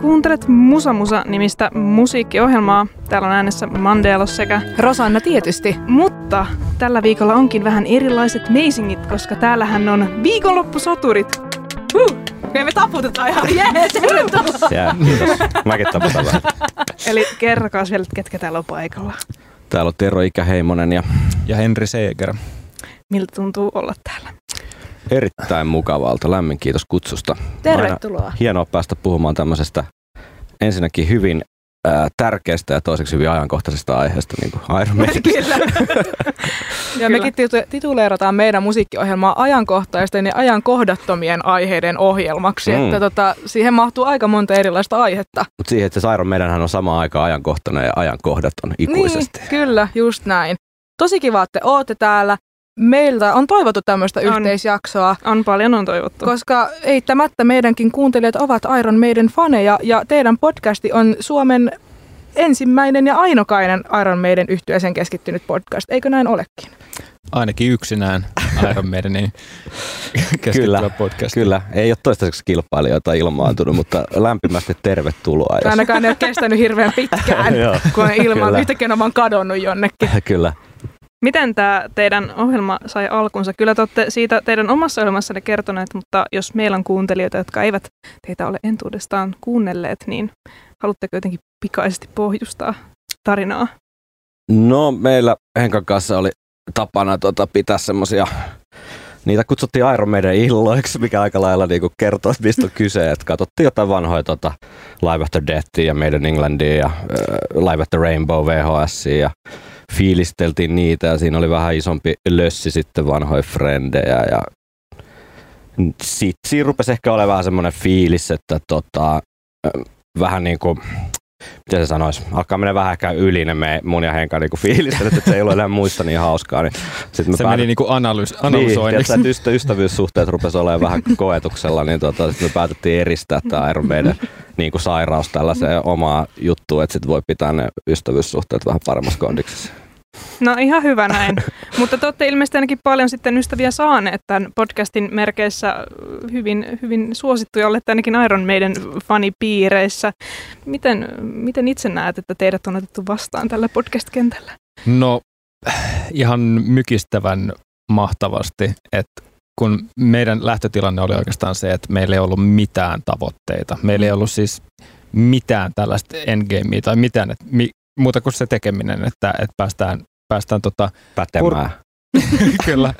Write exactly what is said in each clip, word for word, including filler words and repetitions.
Kuuntelet Musa Musa-nimistä musiikkiohjelmaa. Täällä on äänessä Mandelos sekä Rosanna tietysti. Mutta tällä viikolla onkin vähän erilaiset meisingit, koska täällähän on viikonloppusoturit. Huh! Okei, me taputetaan ihan. Jee, tervetuloa! Jää, kiitos. Mäkin taputan vähän. Eli kerrokaas vielä, ketkä täällä on paikalla. Täällä on Tero Ikäheimonen ja... Ja Henri Seeger. Miltä tuntuu olla täällä? Erittäin mukavalta. Lämmin kiitos kutsusta. Tervetuloa. Aina hienoa päästä puhumaan tämmöisestä ensinnäkin hyvin ää, tärkeästä ja toiseksi hyvin ajankohtaisesta aiheesta, niin kuin Iron Maiden. Kyllä. Ja mekin tituleerataan meidän musiikkiohjelmaa ajankohtaisten ja ajankohdattomien aiheiden ohjelmaksi. Mm. Että tota, siihen mahtuu aika monta erilaista aihetta. Mutta siihen, että se Iron Maidenhän on samaan aikaan ajankohtainen ja ajankohdaton ikuisesti. Niin, kyllä, just näin. Tosi kiva, että ootte täällä. Meiltä on toivottu tämmöistä on, yhteisjaksoa. On paljon on toivottu. Koska eittämättä meidänkin kuuntelijat ovat Iron Maiden faneja ja teidän podcasti on Suomen ensimmäinen ja ainokainen Iron Maiden yhtyeeseen keskittynyt podcast. Eikö näin olekin? Ainakin yksinään Iron Maidenin keskittyvä podcast. Kyllä, ei ole toistaiseksi kilpailijoita ilmaantunut, mutta lämpimästi tervetuloa. Jos... Ainakaan ei ole kestänyt hirveän pitkään, kun on ilman yhtäkkiä on vaan kadonnut jonnekin. Kyllä. Miten tämä teidän ohjelma sai alkunsa? Kyllä te olette siitä teidän omassa ohjelmassanne kertoneet, mutta jos meillä on kuuntelijoita, jotka eivät teitä ole entuudestaan kuunnelleet, niin haluatteko jotenkin pikaisesti pohjustaa tarinaa? No meillä Henkan kanssa oli tapana tota, pitää semmosia, niitä kutsuttiin Iron Maiden illoiksi, mikä aika lailla niinku kertoo, että mistä on kyse. Et katsottiin jotain vanhoja tota, Live After Deathia ja Made in Englandia ja uh, Live After Rainbow V H S ja fiilisteltiin niitä ja siinä oli vähän isompi lössi sitten vanhoja frendejä ja sitten siinä rupesi ehkä olemaan vähän semmoinen fiilis, että tota, vähän niin kuin, miten se sanoisi, alkaa mennä vähän ehkä yli ne me, mun ja Henkan niin fiilistelet, että se ei ole enää muista niin hauskaa. Niin sit me se päätet... meni niin kuin analys- analysoinniksi. Niin, että ystävyyssuhteet rupesi olemaan vähän koetuksella, niin tota, sit me päätettiin eristää tämä Iron Maiden niin kuin sairaus tällaiseen omaa juttuun, että sitten voi pitää ne ystävyyssuhteet vähän paremmassa kondiksessa. No ihan hyvä näin, mutta te olette ilmeisesti ainakin paljon sitten ystäviä saaneet tämän podcastin merkeissä hyvin, hyvin suosittuja, olette ainakin Iron Maiden fanipiireissä. Miten, miten itse näet, että teidät on otettu vastaan tällä podcast-kentällä? No ihan mykistävän mahtavasti, että kun meidän lähtötilanne oli oikeastaan se, että meillä ei ollut mitään tavoitteita. Meillä ei ollut siis mitään tällaista endgamea tai mitään, että mi- muuta kuin se tekeminen, että, että päästään, päästään tota, pätemään. Pur- Kyllä.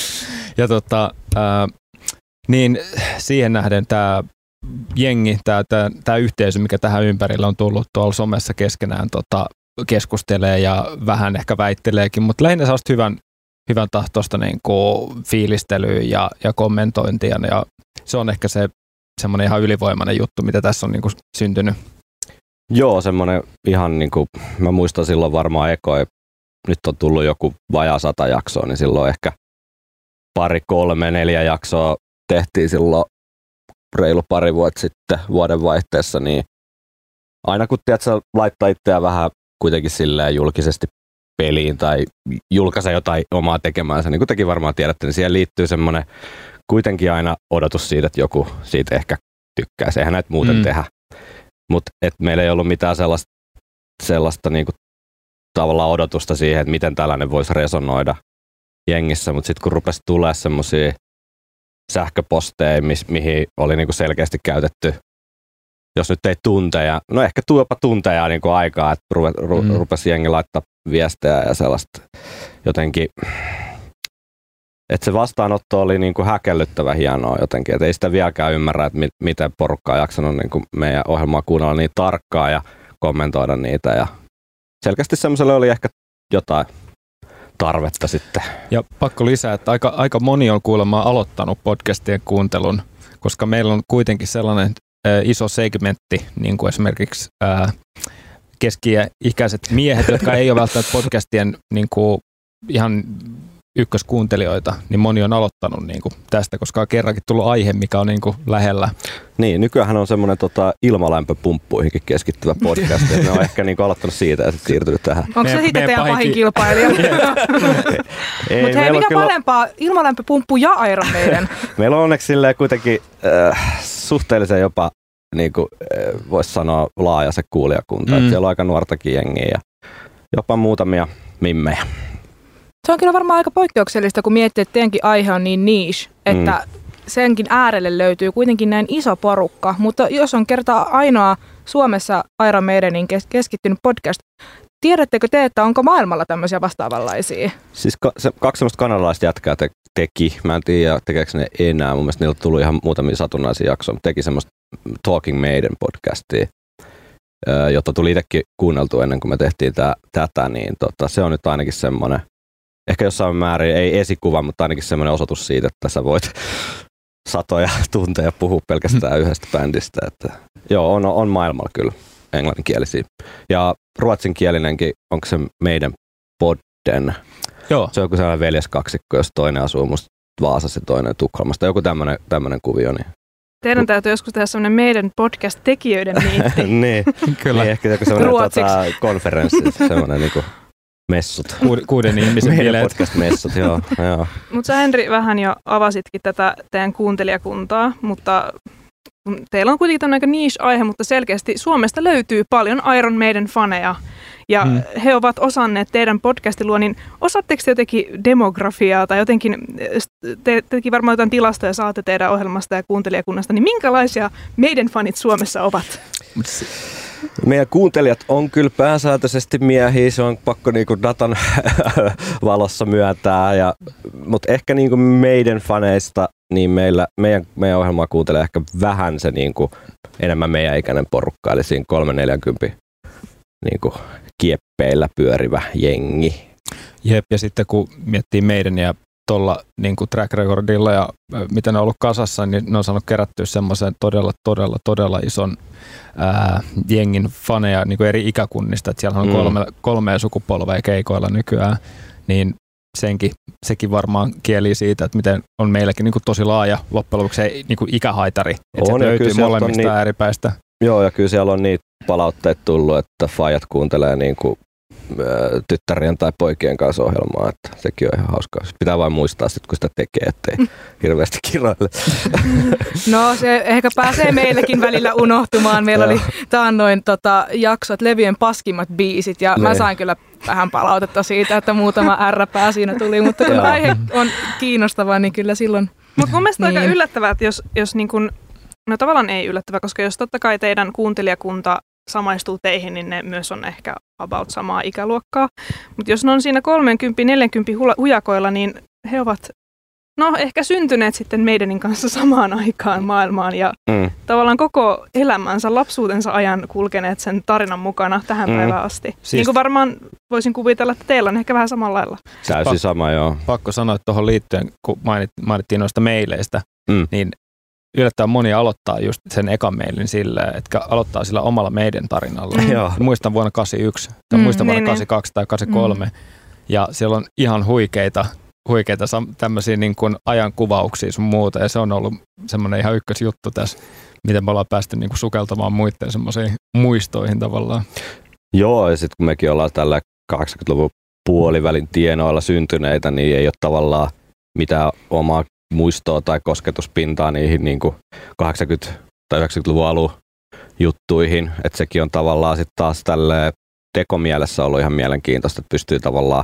Ja tota, ää, niin siihen nähden tämä jengi, tämä yhteisö, mikä tähän ympärillä on tullut tuolla somessa keskenään tota, keskustelee ja vähän ehkä väitteleekin, mutta lähinnä sellaista hyvän, hyvän tahtoista niin kuin fiilistelyä ja, ja kommentointia. Ja se on ehkä se semmoinen ihan ylivoimainen juttu, mitä tässä on niin kuin syntynyt. Joo, semmoinen ihan niin kuin, mä muistan silloin varmaan ekoi, nyt on tullut joku vajaa sata jaksoa, niin silloin ehkä pari, kolme, neljä jaksoa tehtiin silloin reilu pari vuotta sitten vuodenvaihteessa, niin aina kun tiedät, sä laittaa itseään vähän kuitenkin silleen julkisesti peliin tai julkaise jotain omaa tekemäänsä, niin kuin tekin varmaan tiedätte, niin siihen liittyy semmoinen kuitenkin aina odotus siitä, että joku siitä ehkä tykkää, eihän näitä muuten mm. tehdä. Mutta meillä ei ollut mitään sellaista, sellaista niinku, tavallaan odotusta siihen, että miten tällainen voisi resonoida jengissä. Mutta sitten kun rupesi tulemaan semmoisia sähköposteja, mi- mihin oli niinku selkeästi käytetty, jos nyt ei tunteja, no ehkä tuopa tunteja niinku aikaa, että ru- ru- mm. rupesi jengi laittaa viestejä ja sellaista jotenkin, että se vastaanotto oli niinku häkellyttävä hienoa jotenkin, että ei sitä vieläkään ymmärrä, että mi- miten porukka on jaksanut niinku meidän ohjelmaa kuunnella niin tarkkaan ja kommentoida niitä. Ja selkeästi semmoiselle oli ehkä jotain tarvetta sitten. Ja pakko lisää, että aika, aika moni on kuulemma aloittanut podcastien kuuntelun, koska meillä on kuitenkin sellainen äh, iso segmentti, niin kuin esimerkiksi äh, keski-ikäiset miehet, jotka ei ole välttämättä podcastien niin kuin ihan ykköskuuntelijoita, niin moni on aloittanut niin kuin tästä, koska on kerrankin tullut aihe, mikä on niin kuin lähellä. Niin, nykyään on semmoinen tota, ilmalämpöpumppuihinkin keskittyvä podcast, ja ne on ehkä niin kuin aloittanut siitä ja sitten siirtynyt tähän. Onko se sitten teidän pahin kilpailija? Mutta hei, mikä kyllä parempaa, ilmalämpöpumppu ja Iron Maiden? Meillä on onneksi silleen kuitenkin äh, suhteellisen jopa niin kuin, voisi sanoa laaja se kuulijakunta. Mm. Että siellä on aika nuortakin jengiä ja jopa muutamia mimmejä. Se on kyllä varmaan aika poikkeuksellista, kun miettii, että teidänkin aihe on niin niche, että mm. senkin äärelle löytyy kuitenkin näin iso porukka. Mutta jos on kerta ainoa Suomessa Iron Maidenin keskittynyt podcast, tiedättekö te, että onko maailmalla tämmöisiä vastaavanlaisia? Siis ka- se, kaksi semmoista kanadalaista jätkää te- teki. Mä en tiedä, tekeekö ne enää. Mun mielestä niillä tuli ihan muutamia satunnaisia jaksoja, mutta teki semmoista Talking Maiden podcastia, jota tuli itsekin kuunneltua ennen kuin me tehtiin tää, tätä. Niin tota, se on nyt ainakin semmoinen, ehkä jossain määrin, ei esikuva, mutta ainakin semmoinen osoitus siitä, että sä voit satoja tunteja puhua pelkästään yhdestä bändistä. Että, joo, on, on maailmalla kyllä englanninkielisiä. Ja ruotsinkielinenkin, onko se meidän podden? Joo. Se on joku sellainen veljeskaksikko, jos toinen asuu musta Vaasassa ja toinen Tukholmasta. Joku tämmöinen, tämmöinen kuvio. Niin. Teidän täytyy joskus tehdä semmoinen meidän podcast-tekijöiden niitti. niin, kyllä. Niin, ehkä joku semmoinen tota, konferenssi, semmoinen niinku messut. Kuuden, kuuden ihmisen meidän bileet. podcast-messut, joo. joo. Mutta sä Henri vähän jo avasitkin tätä teidän kuuntelijakuntaa, mutta teillä on kuitenkin tämmöinen niche-aihe, mutta selkeästi Suomesta löytyy paljon Iron Maiden faneja. Ja hmm. he ovat osanneet teidän podcastilua, niin osaatteko te jotenkin demografiaa tai jotenkin, te, tekin varmaan jotain tilastoja saatte teidän ohjelmasta ja kuuntelijakunnasta, niin minkälaisia meidän fanit Suomessa ovat? Meidän kuuntelijat on kyllä pääsääntöisesti miehiä, se on pakko niinku datan valossa myöntää, ja, mutta ehkä niinku meidän faneista, niin meillä, meidän, meidän ohjelmaa kuuntelee ehkä vähän se niinku, enemmän meidän ikäinen porukka, eli siinä kolme neljäkymmentä niinku, kieppeillä pyörivä jengi. Jep, ja sitten kun miettii meidän ja tuolla niin track recordilla ja mitä ne on ollut kasassa, niin ne on saanut kerättyä semmoisen todella, todella, todella ison ää, jengin faneja niin kuin eri ikäkunnista, että siellä on mm. kolme, kolmea sukupolvea keikoilla nykyään, niin senkin, sekin varmaan kieli siitä, että miten on meilläkin niin kuin tosi laaja loppujen lopuksi se niin kuin ikähaitari, että on, se löytyy molemmista niitä, ääripäistä. Joo, ja kyllä siellä on niitä palautteita tullut, että faijat kuuntelee niin kuin tyttärien tai poikien kanssa ohjelmaa, että sekin on ihan hauskaa. Pitää vain muistaa sitten, kun sitä tekee, ettei hirveästi kiroille. No se ehkä pääsee meillekin välillä unohtumaan. Meillä oli taannoin tota, jaksot levyjen paskimmat biisit ja ne. Mä sain kyllä vähän palautetta siitä, että muutama ärräpää siinä tuli, mutta kun aihe on kiinnostava, niin kyllä silloin... Mutta mun mielestä niin. aika yllättävää, että jos, jos niin kun, no tavallaan ei yllättävää, koska jos totta kai teidän kuuntelijakunta samaistuu teihin, niin ne myös on ehkä about samaa ikäluokkaa. Mutta jos ne on siinä kolmekymmentä neljäkymmentä hujakoilla, niin he ovat no ehkä syntyneet sitten meidänin kanssa samaan aikaan maailmaan ja mm. tavallaan koko elämänsä, lapsuutensa ajan kulkeneet sen tarinan mukana tähän mm. päivään asti. Siis niin kuin varmaan voisin kuvitella, että teillä on ehkä vähän samalla lailla. Täysin sama, joo. Pakko sanoa, että tuohon liittyen, kun mainittiin noista meileistä, mm. niin yllättävän moni aloittaa just sen ekan mailin silleen, että aloittaa sillä omalla meidän tarinalla. Mm. Muistan vuonna kahdeksankymmentäyksi, tai mm, muistan vuonna niin, kahdeksankymmentäkaksi tai kahdeksankymmentäkolme. Mm. Ja siellä on ihan huikeita, huikeita tämmöisiä niin kuin ajankuvauksia sun muuta. Ja se on ollut semmoinen ihan ykkösjuttu tässä, miten me ollaan päästy niin kuin sukeltamaan muiden semmoisiin muistoihin tavallaan. Joo, ja sitten kun mekin ollaan tällä kahdeksankymmentäluvun puolivälin tienoilla syntyneitä, niin ei ole tavallaan mitään omaa muistoa tai kosketuspintaa niihin niin kuin kahdeksankymmentä- tai yhdeksänkymmentäluvun alun juttuihin. Että sekin on tavallaan sitten taas tälleen tekomielessä ollut ihan mielenkiintoista, että pystyy tavallaan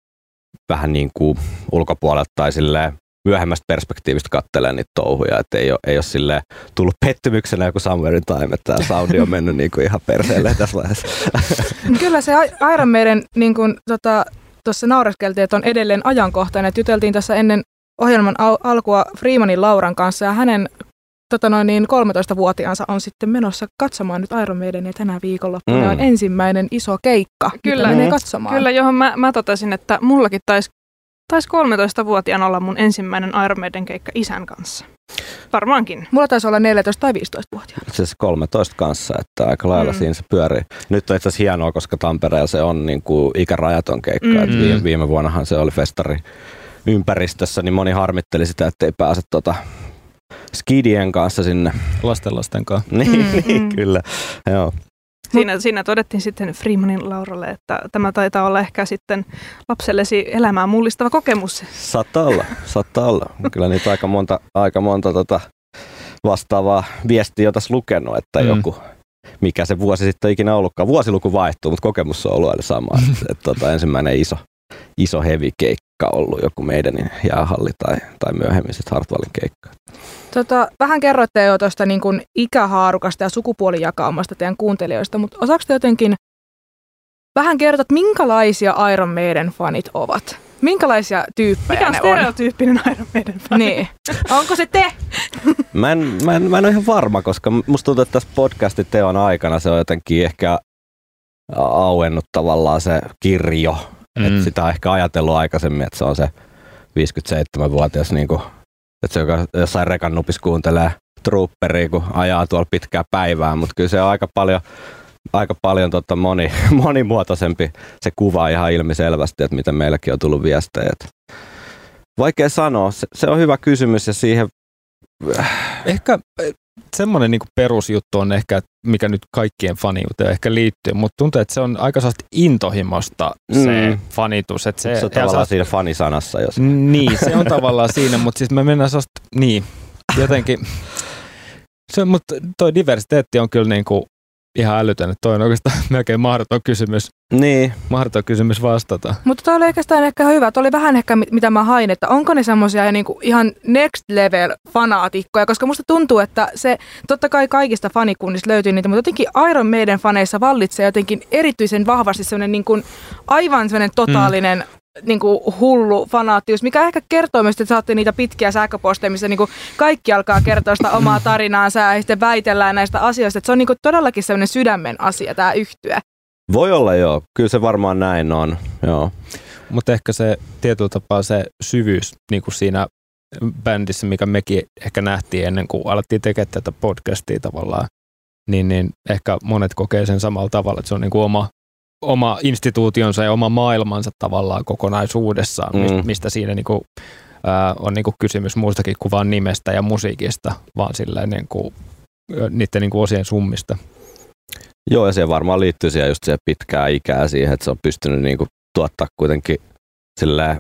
vähän niin kuin ulkopuolelta tai silleen myöhemmästä perspektiivistä katselemaan niitä touhuja. Että ei ole, ei ole silleen tullut pettymyksenä joku Somewhere in Time, että tämä soundi on mennyt niin kuin ihan perseelle tässä vaiheessa. Kyllä se Iron Maiden, niin kuin tuossa tota, naureskeltiin, että on edelleen ajankohtainen. Että juteltiin tässä ennen ohjelman al- alkua Freemanin Lauran kanssa ja hänen tota noin niin kolmetoistavuotiaansa on sitten menossa katsomaan nyt Iron Maidenia tänä viikonloppuna. Mm. On ensimmäinen iso keikka, kyllä, mitä menee katsomaan. Kyllä, johon mä, mä totesin, että mullakin taisi tais kolmetoistavuotiaana olla mun ensimmäinen Iron Maiden keikka isän kanssa. Varmaankin. Mulla taisi olla neljätoista- tai viisitoistavuotiaana. Siis kolmetoista kanssa, että aika lailla mm. siinä se pyörii. Nyt on itse asiassa hienoa, koska Tampereella se on niin kuin ikärajaton keikka. Mm. Et viime, viime vuonnahan se oli festari ympäristössä, niin moni harmitteli sitä, että ei pääse tuota skidien kanssa sinne. Lastenlasten kanssa. niin, mm, niin mm. kyllä. Joo. Siinä, siinä todettiin sitten Freemanin Lauralle, että tämä taitaa olla ehkä sitten lapsellesi elämää mullistava kokemus. Saattaa olla, saattaa olla. Kyllä niitä aika monta, aika monta tota, vastaavaa viestiä on tässä lukenut, että mm. joku, mikä se vuosi sitten on ikinä ollutkaan. Vuosiluku vaihtuu, mutta kokemus on ollut aina sama. että, että, tota, ensimmäinen iso, iso heavy keikka on ollut joku meidän jäähalli tai, tai myöhemmin sitten Hartwallin keikka. Tota, vähän kerroitte jo tuosta niin kuin ikähaarukasta ja sukupuolijakaumasta teidän kuuntelijoista, mutta osaako te jotenkin vähän kertoa, että minkälaisia Iron Maiden fanit ovat? Minkälaisia tyyppejä Mikä on ne stereotyyppinen Iron Maiden fani? Niin. Onko se te? Mä en, mä, en, mä en ole ihan varma, koska musta tuntuu, että tässä podcastin teon aikana se on jotenkin ehkä auennut tavallaan se kirjo. Mm. Että sitä on ehkä ajatellut aikaisemmin, että se on se viisikymmentäseitsemänvuotias, niin kuin, että se joka jossain rekan nupis kuuntelee trooperia, kun ajaa tuolla pitkää päivää, mutta kyllä se on aika paljon, aika paljon tota moni, monimuotoisempi se kuva ihan ilmiselvästi, että miten meilläkin on tullut viestejä. Vaikea sanoa, se, se on hyvä kysymys ja siihen... Ehkä semmoinen niin kuin perusjuttu on ehkä, mikä nyt kaikkien faniuteen ehkä liittyy, mutta tuntuu, että se on aika sellaista intohimosta se mm. fanitus. Että se, se on tavallaan sellaista, siinä fanisanassa. Jos. Niin, se on tavallaan siinä, mutta siis me mennään sellaista, niin, jotenkin, se, mutta toi diversiteetti on kyllä niin kuin ihan älytön, että toi on oikeastaan melkein mahdoton kysymys. Niin. Mahdoton kysymys vastata. Mutta toi oli oikeastaan ehkä hyvä. Toi oli vähän ehkä mitä mä hain, että onko ne semmoisia niinku ihan next level fanaatikkoja, koska musta tuntuu, että se totta kai kaikista fanikunnista löytyy niitä, mutta jotenkin Iron Maiden faneissa vallitsee jotenkin erityisen vahvasti semmoinen niinku aivan semmoinen totaalinen mm. niinku hullu fanaattius, mikä ehkä kertoo myös, että saatte niitä pitkiä sähköposteja, missä niinku kaikki alkaa kertoa sitä omaa tarinaansa ja sitten väitellään näistä asioista. Että se on niinku todellakin semmoinen sydämen asia, tämä yhtye. Voi olla joo, kyllä se varmaan näin on, joo. Mutta ehkä se tietyllä tapaa se syvyys niin kuin siinä bändissä, mikä mekin ehkä nähtiin ennen kuin alettiin tekemään tätä podcastia tavallaan, niin, niin ehkä monet kokee sen samalla tavalla, että se on niin kuin oma, oma instituutionsa ja oma maailmansa tavallaan kokonaisuudessaan, mm. mistä siinä niin kuin, ää, on niin kuin kysymys muustakin kuin vain nimestä ja musiikista, vaan silleen niin kuin, niiden niin kuin osien summista. Joo, ja se varmaan liittyy siihen just siihen pitkään ikää siihen, että se on pystynyt niinku tuottaa kuitenkin silleen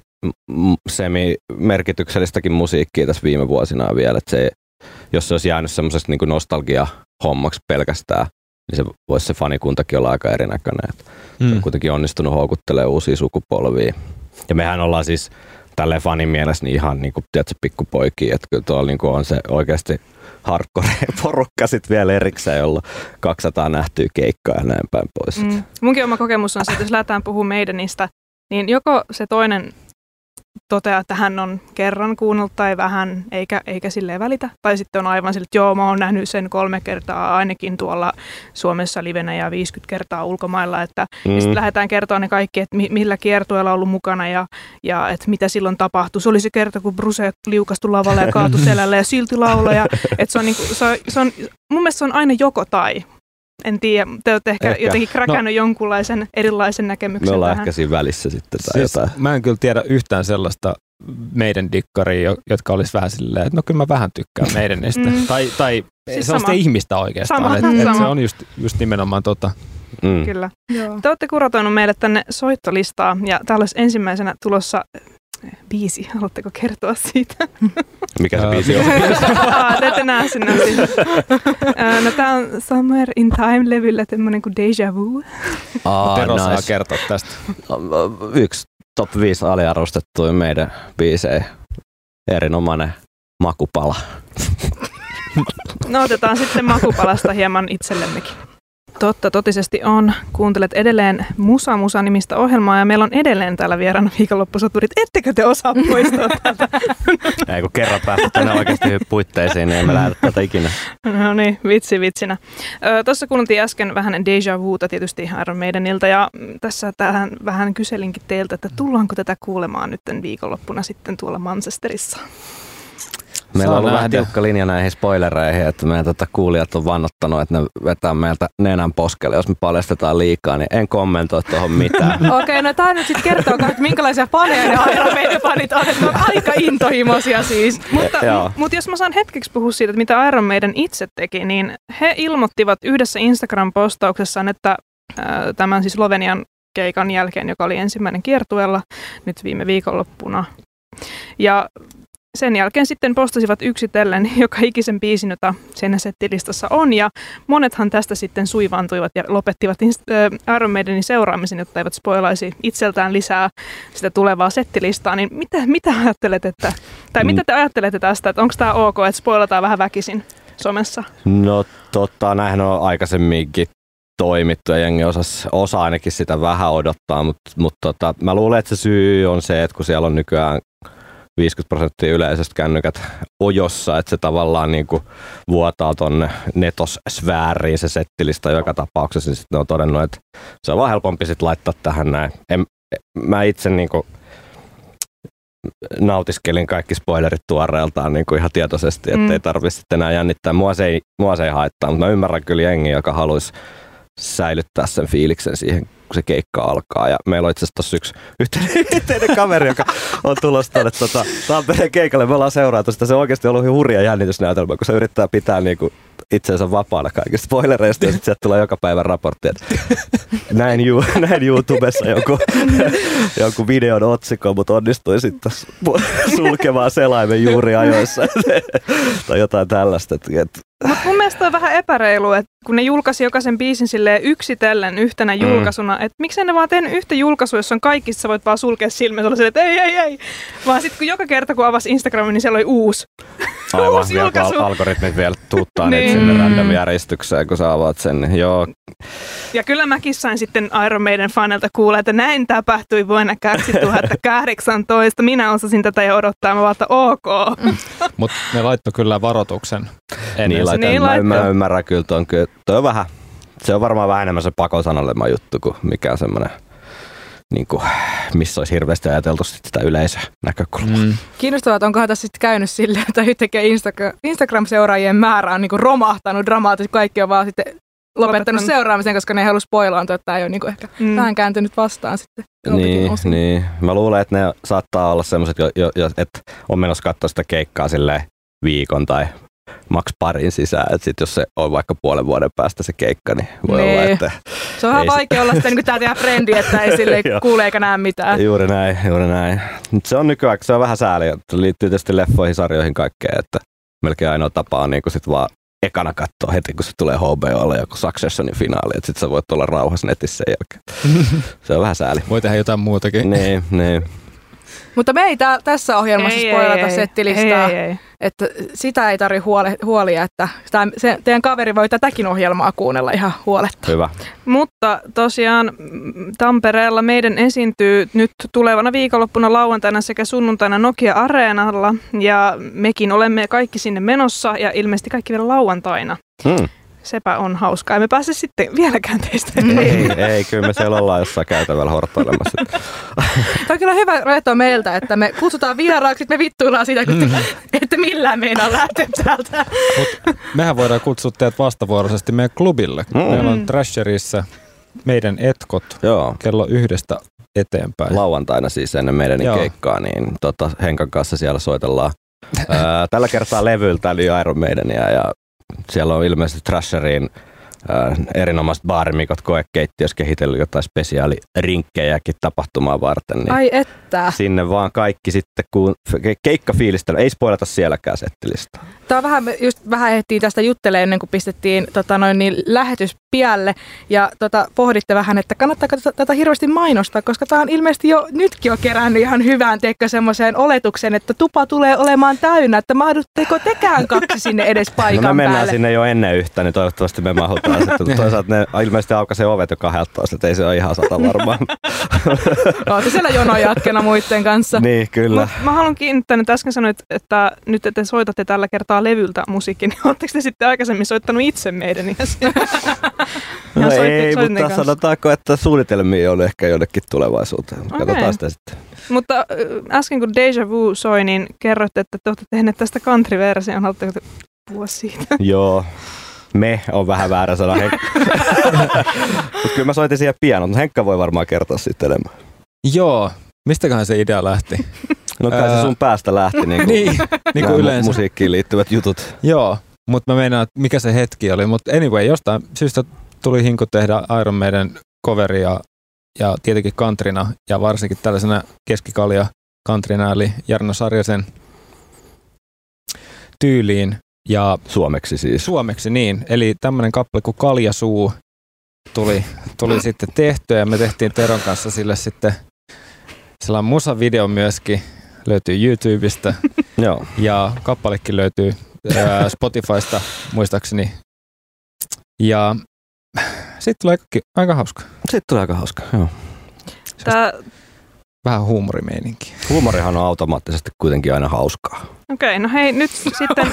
semi-merkityksellistäkin musiikkia tässä viime vuosina vielä. Että se, jos se olisi jäänyt semmoisesta niinku nostalgia-hommaksi pelkästään, niin se voisi se fanikuntakin olla aika erinäköinen. Että mm. Se on kuitenkin onnistunut houkuttelemaan uusia sukupolvia. Ja mehän ollaan siis tälleen fanin mielessä niin ihan niinku, tiedätkö, pikkupoikia, että kyllä tuolla niinku on se oikeasti hardcore-porukka sitten vielä erikseen, jolla kaksisataa nähtyä keikkaa ja näin päin pois. Mm. Munkin oma kokemus on se, että jos lähdetään puhumaan Maidenistä, niin joko se toinen toteaa, että hän on kerran kuunnellut tai vähän, eikä, eikä silleen välitä. Tai sitten on aivan sille, että joo, mä oon nähnyt sen kolme kertaa ainakin tuolla Suomessa livenä ja viisikymmentä kertaa ulkomailla. Että, mm. Ja sitten lähdetään kertoa ne kaikki, että mi- millä kiertueella on ollut mukana ja, ja että mitä silloin tapahtui. Se oli se kerta, kun Bruce liukastui lavalle ja kaatui selälle ja silti laulaja. Että se on, niinku, se on, se on, mun mielestä se on aina joko tai. En tiedä, te olette ehkä, ehkä. jotenkin kräkännyt no, jonkunlaisen erilaisen näkemyksen me ollaan tähän. ehkä siinä välissä sitten. Tai siis jotain. Mä en kyllä tiedä yhtään sellaista meidän dikkaria, jotka olisi vähän silleen, että no kyllä mä vähän tykkään Maidenistä. mm. Tai, tai siis sellaista sama. Ihmistä oikeastaan. Sama, että sama. et se on just, just nimenomaan tota. Mm. Kyllä. Joo. Te olette kuratoinut meille tänne soittolistaa ja täällä olisi ensimmäisenä tulossa biisi. Haluatteko kertoa siitä? Mikä se biisi on? Aa, te ette näe sinne. No tää on Somewhere in Time-levyllä tämmönen kuin Deja Vu. Aa, Tero saa nice. kertoa tästä. Yksi top viisi aliarvostettuja meidän biisejä. Erinomainen makupala. No otetaan sitten makupalasta hieman itsellemmekin. Totta, totisesti on. Kuuntelet edelleen Musa Musa -nimistä ohjelmaa ja meillä on edelleen täällä vieraana viikonloppusoturit. Ettekö te osaa poistua täältä? Ei kun kerran päästä tänne oikeasti puitteisiin, niin emme lähde tätä ikinä. No niin, vitsi vitsinä. Tuossa kuultiin äsken vähän Deja Vuta tietysti Iron Maidenilta ja tässä tähän vähän kyselinkin teiltä, että tullaanko tätä kuulemaan nyt viikonloppuna sitten tuolla Manchesterissa? Meillä on ollut nähdä. vähän tiukka linja näihin spoilereihin, että meidän tota kuulijat on vannottanut, että ne vetää meiltä nenän poskelle, jos me paljastetaan liikaa, niin en kommentoi tuohon mitään. Okei, okay, no tämä nyt sitten kertoo, että minkälaisia faneja ne Iron Maiden fanit on, että ne on aika intohimoisia siis. Mutta, m- mutta jos mä saan hetkeksi puhua siitä, että mitä Iron Maiden itse teki, niin he ilmoittivat yhdessä Instagram-postauksessaan, että äh, tämän siis Slovenian keikan jälkeen, joka oli ensimmäinen kiertueella nyt viime viikonloppuna. Ja sen jälkeen sitten postasivat yksitellen joka ikisen biisin, jota siinä settilistassa on. Ja monethan tästä sitten suivaantuivat ja lopettivat Iron Maidenin seuraamisen, jotta eivät spoilaisi itseltään lisää sitä tulevaa settilistaa. Niin mitä, mitä ajattelet, että, tai mitä te ajattelette tästä, että onko tämä ok, että spoilataan vähän väkisin somessa? No totta, näinhän on aikaisemminkin toimittu ja jengi osas, osa ainakin sitä vähän odottaa, mutta mut tota, mä luulen, että se syy on se, että kun siellä on nykyään viisikymmentä prosenttia yleisöstä kännykät ojossa, että se tavallaan niin kuin vuotaa tonne netosfääriin se settilista joka tapauksessa, niin sitten ne on todennut, että se on vaan helpompi sit laittaa tähän näin. En, mä itse niin kuin nautiskelin kaikki spoilerit tuoreeltaan niin kuin ihan tietoisesti, ettei mm. tarvitse sitten enää jännittää. Mua se ei, mua se ei haittaa, mutta mä ymmärrän kyllä jengi, joka haluaisi säilyttää sen fiiliksen siihen, kun se keikka alkaa. Ja meillä on itse asiassa tossa yksi yhteinen, yhteinen kaveri, joka on tulossa tuonne tuota, Tampereen keikalle. Me ollaan seuraatu sitä. Se on oikeasti ollut hurja jännitysnäytelmä, kun se yrittää pitää niinku itseensä vapaana kaikista spoilereista ja sitten sieltä tulee joka päivä raportti, että näin, ju, näin YouTubessa joku, joku videon otsikko, mutta onnistui sitten sulkemaan selaimen juuri ajoissa tai jotain tällaista. Mutta mun mielestä on vähän epäreilu, että kun ne julkaisi jokaisen biisin silleen yksitellen yhtenä julkaisuna, mm. että miksei ne vaan tehnyt yhtä julkaisua, jossa on kaikissa, sä voit vaan sulkea silmiä ja että ei, ei, ei. Vaan sitten kun joka kerta kun avasi Instagramin, niin siellä oli uusi. Aivan, uusi vielä al- algoritmit vielä tuuttaa niin. Niitä sinne random järjestykseen, kun sä avaat sen. Niin joo. Ja kyllä mäkin sain sitten Iron Maiden fanilta kuulla, että näin tapahtui vuonna kaksituhattakahdeksantoista. Minä osasin tätä jo odottaa, mä vaan, että ok. Mm. Mutta ne laittoi kyllä varoituksen. Niin, laitan, niin mä, mä ymmärrän kyllä, tuon, kyllä toi on vähän, se on varmaan vähän enemmän se pakosanallema juttu kuin mikään semmoinen, niin kuin, missä olisi hirveästi ajateltu sitä yleisönäkökulmaa. Mm. Kiinnostavaa, että onkohan tässä sitten käynyt silleen, että yhtäkkiä Instagram, Instagram-seuraajien määrä on niin kuin romahtanut dramaattisesti, kaikki on vaan sitten lopettanut, lopettanut seuraamisen, koska ne ei halua spoilaantua, että tämä ei ole niin kuin ehkä mm. vähän kääntynyt vastaan sitten. Niin, niin, mä luulen, että ne saattaa olla sellaiset, että on menossa katsoa sitä keikkaa silleen viikon tai maks parin sisään, että sit jos se on vaikka puolen vuoden päästä se keikka, niin voi nee. olla, että... Se on ihan vaikea se... olla sitä, niin kuin tää tehdään frendi, että ei sille kuule eikä näe mitään. Juuri näin, juuri näin. Mutta se on nykyään, se on vähän sääli, että liittyy tietysti leffoihin, sarjoihin, kaikkeen, että melkein ainoa tapa on niin kuin sit vaan ekana katsoa heti, kun se tulee H B O:lle joku Successionin finaali, että sit sä voit olla rauhassa netissä sen jälkeen. Se on vähän sääli. Voi tehdä jotain muutakin. Niin, niin. Mutta me ei tää, tässä ohjelmassa ei, spoilata ei, settilistaa, ei, ei. että sitä ei tarvitse huole, huolia, että sitä, se, teidän kaveri voi tätäkin ohjelmaa kuunnella ihan huoletta. Hyvä. Mutta tosiaan Tampereella meidän esiintyy nyt tulevana viikonloppuna lauantaina sekä sunnuntaina Nokia-areenalla ja mekin olemme kaikki sinne menossa ja ilmeisesti kaikki vielä lauantaina. Hmm. Sepä on hauskaa. Emme pääse sitten vieläkään teistä. Ei, ei, kyllä me siellä ollaan jossain käytävällä hortoilemassa. Tämä on kyllä hyvä reto meiltä, että me kutsutaan vieraaksi, me vittuillaan sitä, mm. että millään meinaa lähteä täältä. Mut mehän voidaan kutsua teidät vastavuoroisesti meidän klubille. Mm. Meillä on Trasherissä meidän etkot Joo. kello yhdestä eteenpäin. Lauantaina siis ennen meidän keikkaa, niin tota, Henkan kanssa siellä soitellaan. Ää, tällä kertaa levyltä, eli Iron Maidenia, ja siellä on ilmeisesti Trasheriin äh, erinomaiset baarimikot koekeittiössä kehitellyt jotain spesiaalirinkkejäkin tapahtumaa varten. Niin ai että. Sinne vaan kaikki sitten, kun keikkafiilistely, ei spoilata sielläkään settilistä. Tämä on vähän, just vähän ehdittiin tästä juttelemaan ennen kuin pistettiin tota, noin, niin, lähetys pialle ja tota, pohditte vähän, että kannattaako tätä, tätä hirveästi mainostaa, koska tämä on ilmeisesti jo nytkin jo kerännyt ihan hyvään teikö semmoiseen oletuksen, että tupa tulee olemaan täynnä, että mahdutteko tekään kaksi sinne edes paikan no me mennään päälle. Sinne jo ennen yhtä, niin toivottavasti me mahutaan sitten. Toisaalta ne ilmeisesti aukaisee ovet jo kahdeltoista, että ei se ole ihan sata varmaan. Olette siellä jonojatkena muiden kanssa. Niin, kyllä. Mut mä haluan kiinnittää, että äsken sanoit, että nyt te soitatte tällä kertaa levyltä musiikin, niin oletteko te sitten aikaisemmin soittanut itse meidän iässä? No ei, mutta kanssa. Sanotaanko, että suunnitelmia on ehkä jonnekin tulevaisuuteen. Okay. Katsotaan sitä sitten. Mutta äsken kun Deja Vu soi, niin kerroitte, että te olette tehneet tästä country-version. Haluatteko te puhua siitä? Joo. Me on vähän väärä sana. Mutta kyllä mä soitin siihen pianon, mutta Henkka voi varmaan kertoa sitten enemmän. Joo. Mistäköhän se idea lähti? No kai se sun päästä lähti, niin kuin, niin, niin kuin yleensä. Musiikkiin liittyvät jutut. Joo, mutta mä meinaan, että mikä se hetki oli. Mutta anyway, jostain syystä tuli hinku tehdä Iron Maiden coveria ja tietenkin countryna ja varsinkin tällaisena keskikalja countryna, eli Jarno Sarjasen tyyliin. Ja Suomeksi siis. Suomeksi, niin. Eli tämmöinen kappale kuin Kaljasuu tuli, tuli sitten tehtyä ja me tehtiin Teron kanssa sille sitten sellainen musavideo myöskin, löytyy YouTubesta Joo. ja kappalekin löytyy ää, Spotifysta muistaakseni. Ja sitten tulee aika, aika hauska. Sitten tulee aika hauska, joo. Tää, Vähän huumorimeininki. Huumorihan on automaattisesti kuitenkin aina hauskaa. Okei, okay, no hei, nyt sitten,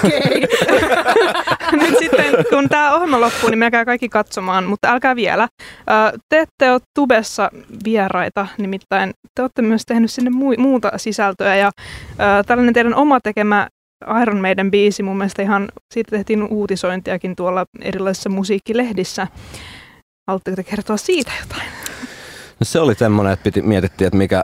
nyt sitten kun tämä ohjelma loppuu, niin menkää kaikki katsomaan, mutta älkää vielä. Te ette ole Tubessa vieraita, nimittäin te olette myös tehnyt sinne muuta sisältöä ja tällainen teidän oma tekemä Iron Maiden biisi, mun mielestä ihan, siitä tehtiin uutisointiakin tuolla erilaisissa musiikkilehdissä. Haluatteko te kertoa siitä jotain? No se oli semmoinen, että piti, mietittiin, että mikä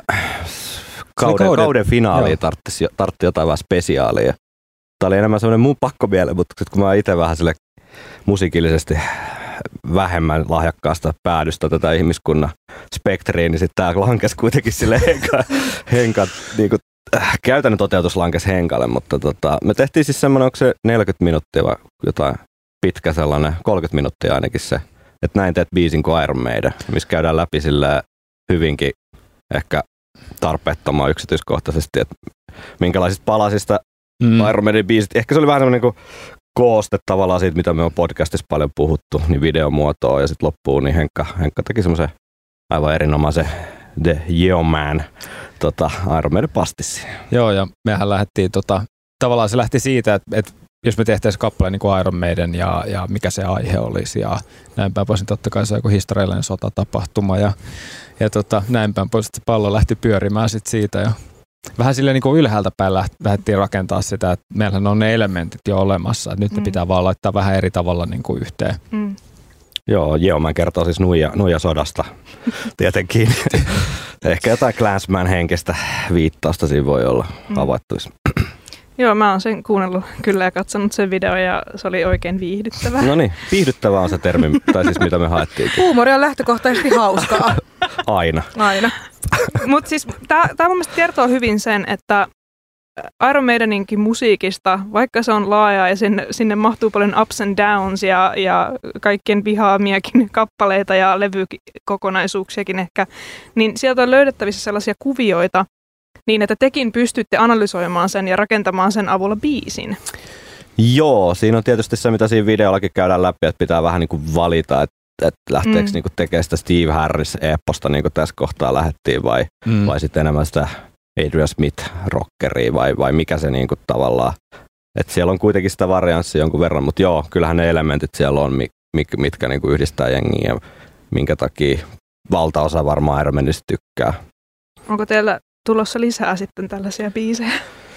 kauden, kauden, kauden finaaliin tartti, tartti jotain vähän spesiaalia. Tämä oli enemmän semmoinen mun pakkomiele, mutta kun mä itse vähän sille musiikillisesti vähemmän lahjakkaasta päädystä tätä ihmiskunnan spektriin, niin sitten tämä lankesi kuitenkin sille henka, henka niin kuin, äh, käytännön toteutus lankesi henkalle, mutta tota, me tehtiin siis semmoinen, onko se neljäkymmentä minuuttia vai jotain pitkä sellainen, kolmekymmentä minuuttia ainakin se, että näin teet biisin kuin Iron Maiden, missä käydään läpi sille hyvinkin ehkä tarpeettoman yksityiskohtaisesti, että minkälaisista palasista mm. Iron Maiden biisit, ehkä se oli vähän semmoinen niin kuin kooste tavallaan siitä, mitä me on podcastissa paljon puhuttu, niin videomuotoa ja sitten loppuun, niin Henkka, Henkka teki semmoisen aivan erinomaisen The Yeoman tota, Iron Maiden pastissi. Joo, ja mehän lähdettiin, tota, tavallaan se lähti siitä, että, että jos me tehtäisiin kappale niin kuin Iron Maiden ja, ja mikä se aihe olisi ja näin päin pois, niin totta kai se on joku historiallinen sotatapahtuma ja, ja tota, näin päin pois, että se pallo lähti pyörimään sit siitä ja vähän silleen niin kuin ylhäältä päin lähdettiin rakentaa sitä, että meillähän on ne elementit jo olemassa, että nyt ne mm. pitää vaan laittaa vähän eri tavalla niin kuin yhteen. Mm. Joo, Yeoman kertoo siis nuija, nuija sodasta tietenkin. Ehkä jotain Clansman henkistä viittausta siinä voi olla mm. havaittuisi. Joo, mä oon sen kuunnellut kyllä ja katsonut sen videon ja se oli oikein viihdyttävää. No niin, viihdyttävää on se termi, tai siis mitä me haettiin. Huumori on lähtökohtaisesti hauskaa. Aina. Aina. Mutta siis tää mun mielestä kertoo hyvin sen, että Iron Maideninkin musiikista, vaikka se on laaja ja sinne, sinne mahtuu paljon ups and downs ja, ja kaikkien vihaamiakin kappaleita ja levykokonaisuuksiakin ehkä, niin sieltä on löydettävissä sellaisia kuvioita, niin että tekin pystytte analysoimaan sen ja rakentamaan sen avulla biisin. Joo, siinä on tietysti se, mitä siinä videollakin käydään läpi, että pitää vähän niin kuin valita, että, että lähteekö mm. niin kuin tekemään sitä Steve Harris-eposta, niin kuin tässä kohtaa lähdettiin, vai, mm. vai sitten enemmän sitä Adrian Smith-rockeria, vai, vai mikä se niin kuin tavallaan, että siellä on kuitenkin sitä varianssia jonkun verran, mutta joo, kyllähän ne elementit siellä on, mitkä, mitkä niin kuin yhdistää jengiä ja minkä takia valtaosa varmaan Iron Maidenista tykkää. Onko teillä tulossa lisää sitten tällaisia biisejä?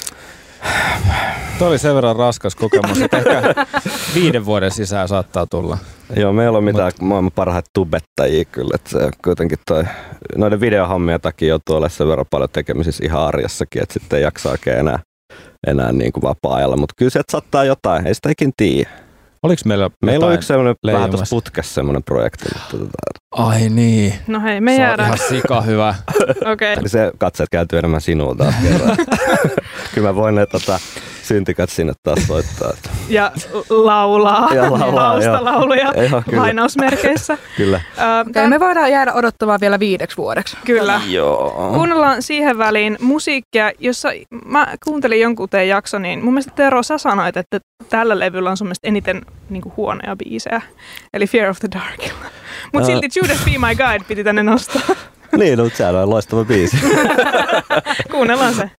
Tuo oli sen verran raskas kokemus, että ehkä viiden vuoden sisään saattaa tulla. Joo, meillä on mitään Mut... maailman parhaita tubettajia kyllä, että se kuitenkin toi, noiden videohommien takia joutuu olemaan sen verran paljon tekemisissä ihan arjessakin, että sitten ei jaksa oikein enää, enää niin kuin vapaa-ajalla, mutta kyllä sieltä saattaa jotain, ei sitä ikin tiedä. Oliko meillä Meillä on yksi semmoinen vähän tuossa putkessa semmoinen projekti. Mutta tota... Ai niin. No hei, me se jäädään. On ihan sika hyvä. Okei. Okay. Se katseet kääntyy enemmän sinua taas kerran. Kyllä mä voin ne tota, syntikat sinne taas soittaa. Ja laulaa. Ja laulaa, taustalauluja lainausmerkeissä. Kyllä. Uh, okay, me voidaan jäädä odottamaan vielä viideksi vuodeksi. Kyllä. Joo. Kuunnellaan siihen väliin musiikkia, jossa mä kuuntelin jonkun teidän jakso, niin mun mielestä Tero, sä sanoit, että tällä levyllä on sun mielestä eniten niin kuin huonoja biisejä. Eli Fear of the Dark. Mutta silti Judas Be My Guide piti tänne nostaa. Niin, no, sehän on loistava biisi. Kuunnellaan se.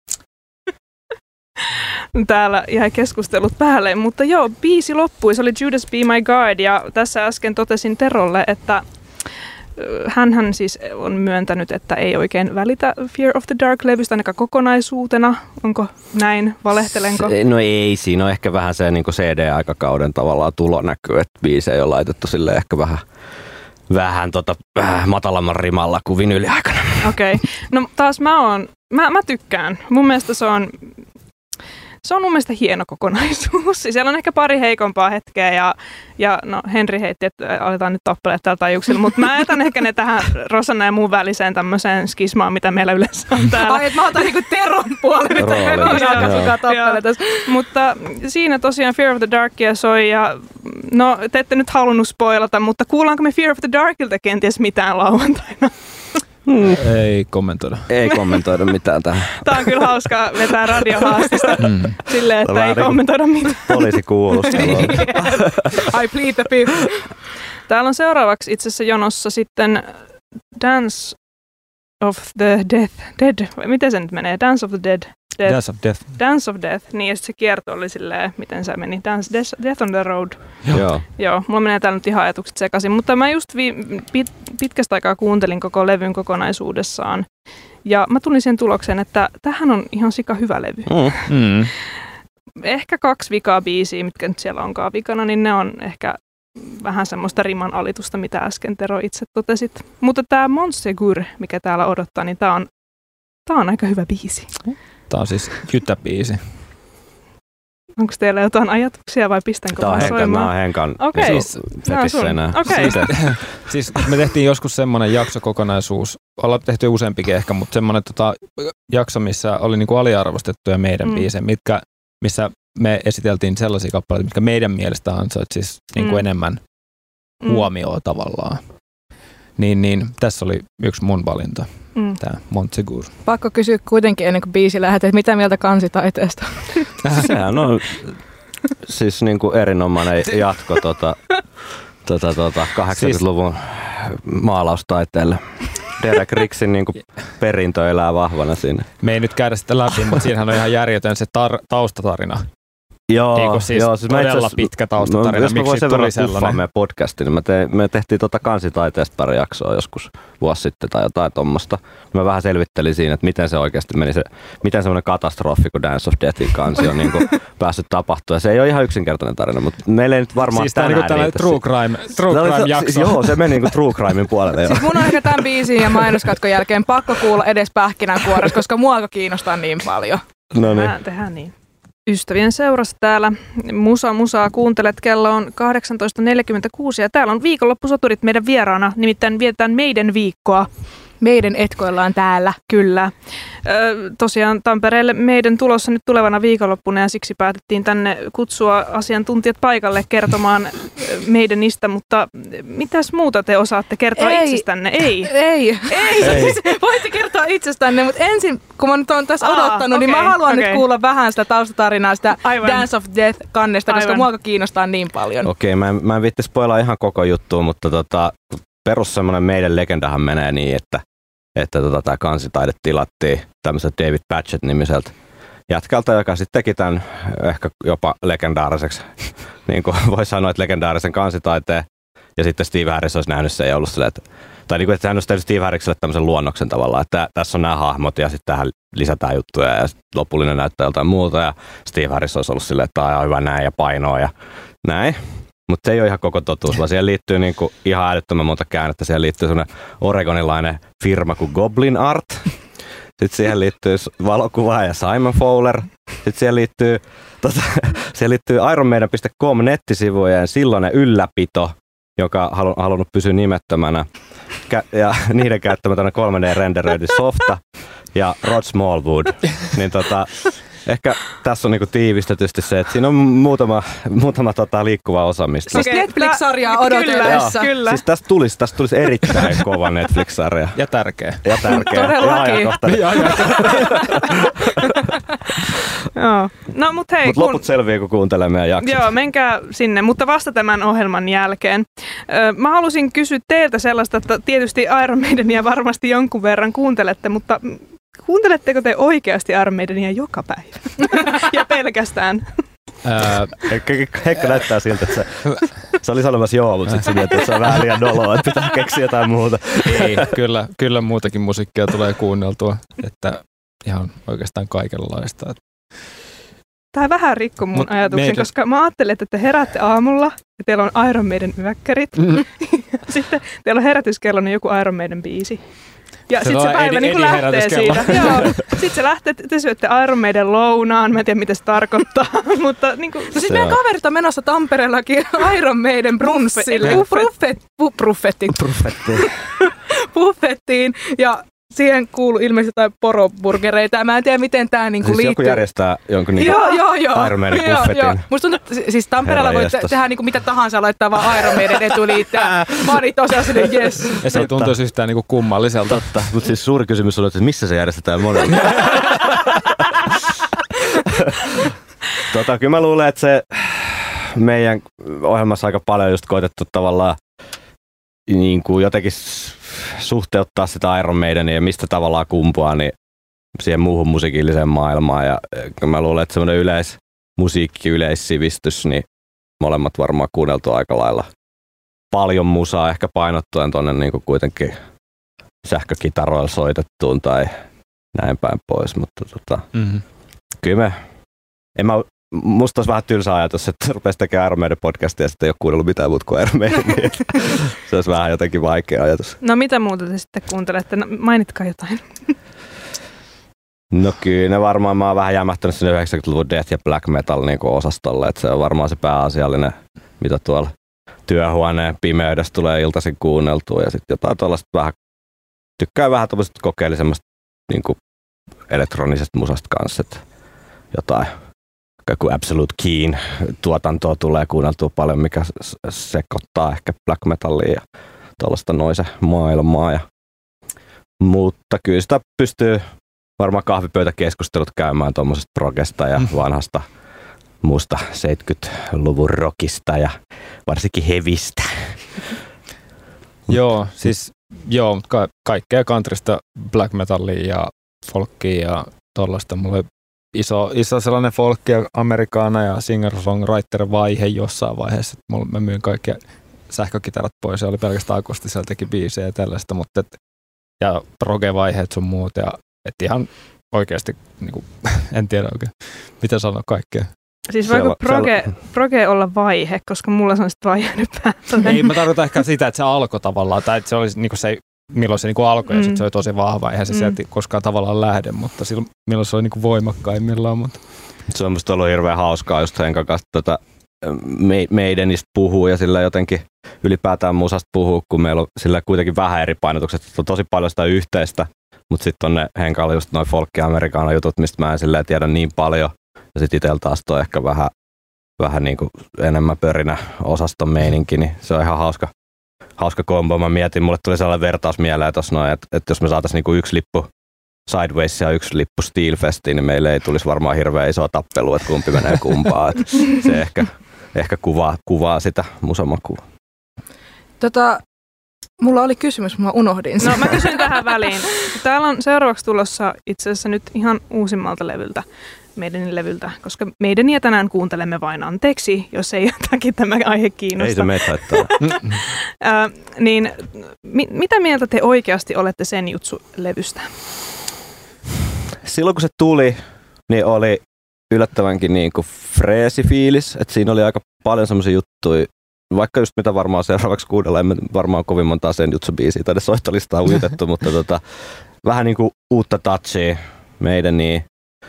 Täällä jäi keskustelut päälle, mutta joo, biisi loppui. Se oli Judas Be My Guide ja tässä äsken totesin Terolle, että hänhän siis on myöntänyt, että ei oikein välitä Fear of the Dark-levystä ainakaan kokonaisuutena. Onko näin? Valehtelenko? No ei, siinä on ehkä vähän se niin kuin C D-aikakauden tavallaan tulonäky, että biisejä on laitettu sille ehkä vähän, vähän tota, äh, matalamman rimalla kuin vinyyliaikana. Okei. Okay. No taas mä oon, mä, mä tykkään. Mun mielestä se on, se on mun mielestä hieno kokonaisuus. Siellä on ehkä pari heikompaa hetkeä ja, ja no Henri heitti, että aletaan nyt tappelemaan tällä tajuuksilla, mutta mä jätän ehkä ne tähän Rosanna ja muun väliseen tämmöiseen skismaan, mitä meillä yleensä on täällä. Ai, että mä otan niinku Teron puolelle, mitä me alkaa tappelemaan tässä. Mutta siinä tosiaan Fear of the Darkia soi ja no te ette nyt halunnut spoilata, mutta kuullaanko me Fear of the Darkilta kenties mitään lauantaina? Hmm. Ei kommentoida. Ei kommentoida mitään tähän. Tämä on kyllä hauskaa vetää radiohaastista mm. silleen, että ei kommentoida mitään. Poliisi kuulustelua. I plead the fifth. Täällä on seuraavaksi itse asiassa jonossa sitten Dance of the Death. Dead. Miten se nyt menee? Dance of the Dead. Death. Dance of Death. Dance of Death. Niin, ja se kierto oli silleen, miten se meni. Dance, Death on the Road. Joo. Joo, mulla menee täällä nyt ihan ajatukset sekaisin. Mutta mä just vi, pit, pitkästä aikaa kuuntelin koko levyn kokonaisuudessaan. Ja mä tulin sen tulokseen, että tämähän on ihan sika hyvä levy. Mm. Mm. Ehkä kaksi vikaa biisiä, mitkä nyt siellä onkaan vikana, niin ne on ehkä vähän semmoista riman alitusta, mitä äsken Tero itse totesit. Mutta tämä Montsegur, mikä täällä odottaa, niin tämä on, tää on aika hyvä biisi. Tämä on siis Jytä-biisi. Onko teillä jotain ajatuksia vai pistänkö vaan soimaan? Tämä on Henkan okay. siis fetissä enää. Okay. Siis, siis me tehtiin joskus semmoinen jaksokokonaisuus, ollaan tehty useampikin ehkä, mutta semmoinen tota, jakso, missä oli niinku aliarvostettuja meidän mm. biisejä, mitkä, missä me esiteltiin sellaisia kappaleita, mitkä meidän mielestä ansaitsi siis niinku mm. enemmän huomioon mm. tavallaan. Niin, niin tässä oli yksi mun valinta. Mm. Tämä Montsegur. Pakko kysyä kuitenkin ennen kuin biisi lähtee, että mitä mieltä kansitaiteesta? Sehän on siis niin kuin erinomainen jatko tota, tota, tota, kahdeksankymmentäluvun maalaustaiteelle. Derek Rigsin niin kuin perintö elää vahvana siinä. Me ei nyt käydä sitä läpi, mutta siinähän on ihan järjetön se tar- taustatarina. Joo, niin siis joo, siis todella pitkä taustatarina. No, jos mä voin sen verran puffaa meidän podcastin, niin me, te, me tehtiin tota kansitaiteesta pari jaksoa joskus vuosi sitten tai jotain tuommoista. Mä vähän selvittelin siinä, että miten se oikeasti meni, se, miten semmoinen katastrofi kuin Dance of Deathin kansi on niin kuin päässyt tapahtua. Se ei ole ihan yksinkertainen tarina, mutta meillä ei nyt varmaan siis tänään riitä. Siis true crime, true crime jakso. Siis, joo, se meni niin kuin true crimein puolelle. Siis mun on ehkä tämän biisin ja mainoskatkon jälkeen pakko kuulla edes Pähkinänkuoressa, koska mua alkoi kiinnostaa niin paljon. No niin. Tehdään niin. Ystävien seurassa täällä Musa Musaa kuuntelet, kello on kahdeksantoista neljäkymmentäkuusi ja täällä on viikonloppusoturit meidän vieraana, nimittäin vietetään meidän viikkoa. Meidän etkoillaan täällä. Kyllä. Ö, tosiaan Tampereelle meidän tulossa nyt tulevana viikonloppuna ja siksi päätettiin tänne kutsua asiantuntijat paikalle kertomaan meidänistä, mutta mitäs muuta te osaatte kertoa ei. itsestänne? Ei. Ei. Ei. Ei. Voitte kertoa itsestänne, mutta ensin kun mä nyt oon tässä Aa, odottanut, okay, niin mä haluan okay. nyt kuulla vähän sitä taustatarinaa, sitä Aivan. Dance of Death-kannesta, koska mua kiinnostaa niin paljon. Okei, okay, mä en, mä en viitti spoilaa ihan koko juttua, mutta tota, perus semmoinen meidän legendahan menee niin, että että tota, tämä kansitaide tilattiin tämmöiseltä David Patchett-nimiseltä jätkältä, joka sitten teki tämän ehkä jopa legendaariseksi, niin kuin voi sanoa, että legendaarisen kansitaiteen. Ja sitten Steve Harris olisi nähnyt sen ja ollut silleen, että, tai niin kuin, että hän olisi tehnyt Steve Harrisille tämmöisen luonnoksen tavallaan, että tässä on nämä hahmot ja sitten tähän lisätään juttuja ja lopullinen näyttää jotain muuta ja Steve Harris olisi ollut silleen, että tämä on hyvä näin ja painoa ja näin. Mutta se ei ole ihan koko totuus, vaan siihen liittyy niinku ihan älyttömän monta käännettä. Siihen liittyy semmoinen oregonilainen firma kuin Goblin Art. Sitten siihen liittyy valokuvaaja Simon Fowler. Sitten siihen liittyy, tota, siihen liittyy ironmaiden piste com nettisivujen silloinen ylläpito, joka on halunnut pysyä nimettömänä. Ja niiden käyttämä tämmöinen kolme D-renderöity softa ja Rod Smallwood. Niin tota... Ehkä tässä on niinku tiivistetysti se, että siinä on muutama, muutama tota liikkuva osa, mistä... Siis okay, Netflix-sarjaa odotellessa. Kyllä, kyllä. Siis tästä tulisi, tästä tulisi erittäin kova Netflix-sarja. Ja tärkeä. Ja tärkeä. Todellakin. Ja ajankohtainen. Joo. No mut hei. Mut kun... loput selviää, kun kuuntelee meidän jaksot. Joo, menkää sinne, mutta vasta tämän ohjelman jälkeen. Ö, mä halusin kysyä teiltä sellaista, että tietysti Iron Maidenia varmasti jonkun verran kuuntelette, mutta... Kuunteletteko te oikeasti Iron Maidenia joka päivä? Ja pelkästään? Heikka näyttää siltä, että se, se oli sanomassa joo, mutta sitten se miettii, että se on vähän liian noloa, että pitää keksiä jotain muuta. Ei, kyllä, kyllä muutakin musiikkia tulee kuunneltua, että ihan oikeastaan kaikenlaista. Tämä vähän rikkoi mun Mut ajatuksen, meidän... koska mä ajattelin, että te heräätte aamulla ja teillä on Iron Maiden yökkärit. Mm. Sitten teillä on herätyskelloinen joku Iron Maiden biisi. Ja sitten se päivä niin kuin lähtee siitä. Sitten se lähtee, te syötte Iron Maiden lounaan, mä en tiedä mitä se tarkoittaa, mutta niin kuin... No siis meidän kaverit on menossa Tampereellakin Iron Maiden brunssille. Buffettiin. Buffettiin. Ja siihen kuuluu ilmeisesti jotain poroburgereita. Mä en tiedä, miten tämä niinku siis liittyy. Joku järjestää jonkun niinku joo, joo, joo. Iron Maiden buffetin. Musta tuntuu, että siis Tampereella voi tehdä niinku mitä tahansa, laittaa vaan Iron Maiden etuliittää. Mä oon tosiaan sinne yes. Ja se ei tuntuisi yhtään niinku kummalliselta. Totta, mutta siis suuri kysymys on, että missä se järjestetään monella. tota, kyllä mä luulen, että se meidän ohjelmassa aika paljon just koitettu tavallaan niin kuin jotenkin suhteuttaa sitä Iron Maidenia ja mistä tavallaan kumpuaa niin siihen muuhun musiikilliseen maailmaan. Ja mä luulen, että semmoinen yleismusiikki, yleissivistys, niin molemmat varmaan kuunneltu aika lailla paljon musaa, ehkä painottuen tuonne niin kuin kuitenkin sähkökitaroilla soitettuun tai näin päin pois. Mutta tota, mm-hmm. kyllä me, en mä, musta olisi vähän tylsä ajatus, että rupesi tekemään Iron Maiden podcastia ja sitten ei ole kuunnellut mitään muuta kuin Iron Maidenia. Se olisi vähän jotenkin vaikea ajatus. No mitä muuta te sitten kuuntelette? No, mainitkaa jotain. No kyllä, ne varmaan mä oon vähän jämähtänyt sinne yhdeksänkymmentäluvun death ja black metal niin osastolle, että se on varmaan se pääasiallinen, mitä tuolla työhuoneen pimeydessä tulee iltaisin kuunneltua ja sitten jotain tuollaista vähän, tykkää vähän tuollaisesta kokeellisemmasta niin kuin elektronisesta musasta kanssa, että jotain, joku Absolute Keen tuotantoa tulee kuunneltua paljon, mikä sekoittaa ehkä black metallia ja tuollaista noise maailmaa. Ja, mutta kyllä sitä pystyy varmaan kahvipöytäkeskustelut käymään tuommoisesta progesta ja vanhasta muusta seitsemänkymmentäluvun rockista ja varsinkin hevistä. Joo, siis joo, ka- kaikkea countrysta, black metallia ja folkia ja tollaista. Mulla oli iso, iso sellainen folk ja amerikaana ja singer-songwriter-vaihe jossain vaiheessa. Mulla, mä myin kaikki sähkökitarat pois ja oli pelkästään akustisella teki biisejä ja tällaista, mutta et, ja proge-vaiheet sun muut ja et ihan oikeasti, niin kuin, en tiedä oikein, mitä sanoa kaikkea. Siis voiko proge, proge olla vaihe, koska mulla on sitten vaihe nyt päällä. Ei, mä tarkoitan ehkä sitä, että se alkoi tavallaan, tai että se oli niin kuin se, milloin se niin kuin alkoi, mm. ja sitten se oli tosi vahva, eihän se mm. sieltä koskaan tavallaan lähde, mutta silloin, milloin se oli niin kuin voimakkaimmillaan. Mutta. Se on musta ollut hirveän hauskaa just Henkan kanssa tota, me, Maidenistä puhuu ja sillä jotenkin ylipäätään musasta puhuu, kun meillä on sillä kuitenkin vähän eri painotukset, on tosi paljon sitä yhteistä. Mutta sitten on ne Henkalla just noin folk- ja amerikaana jutut, mistä mä en silleen tiedä niin paljon. Ja sitten itsellä taas toi ehkä vähän, vähän niinku enemmän pörinä osaston meininki, niin se on ihan hauska, hauska kombo. Mä mietin, mulle tuli sellainen vertaus mieleen tuossa noin, että, että jos me saataisiin niinku yksi lippu Sideways ja yksi lippu Steelfestiin, niin meille ei tulisi varmaan hirveän isoa tappelua, että kumpi menee kumpaan. Se ehkä, ehkä kuvaa, kuvaa sitä musamakua. Tota... Mulla oli kysymys, mä unohdin sen. No mä kysyn tähän väliin. Täällä on seuraavaksi tulossa itse asiassa nyt ihan uusimmalta levyltä, meidän levyltä, koska meidän ja tänään kuuntelemme vain anteeksi, jos ei jotakin tämä aihe kiinnosta. Ei se meitä haittaa. äh, niin mi- mitä mieltä te oikeasti olette sen jutsu-levystä? Silloin kun se tuli, niin oli yllättävänkin niin kuin freesi fiilis, että siinä oli aika paljon semmoisia juttuja, vaikka just mitä varmaan seuraavaksi kuunnellaan, emme varmaan kovin montaa sen jutsubiisiä tai soittolistaa uitettu, mutta tota, vähän niin kuin uutta touchia meidän niin.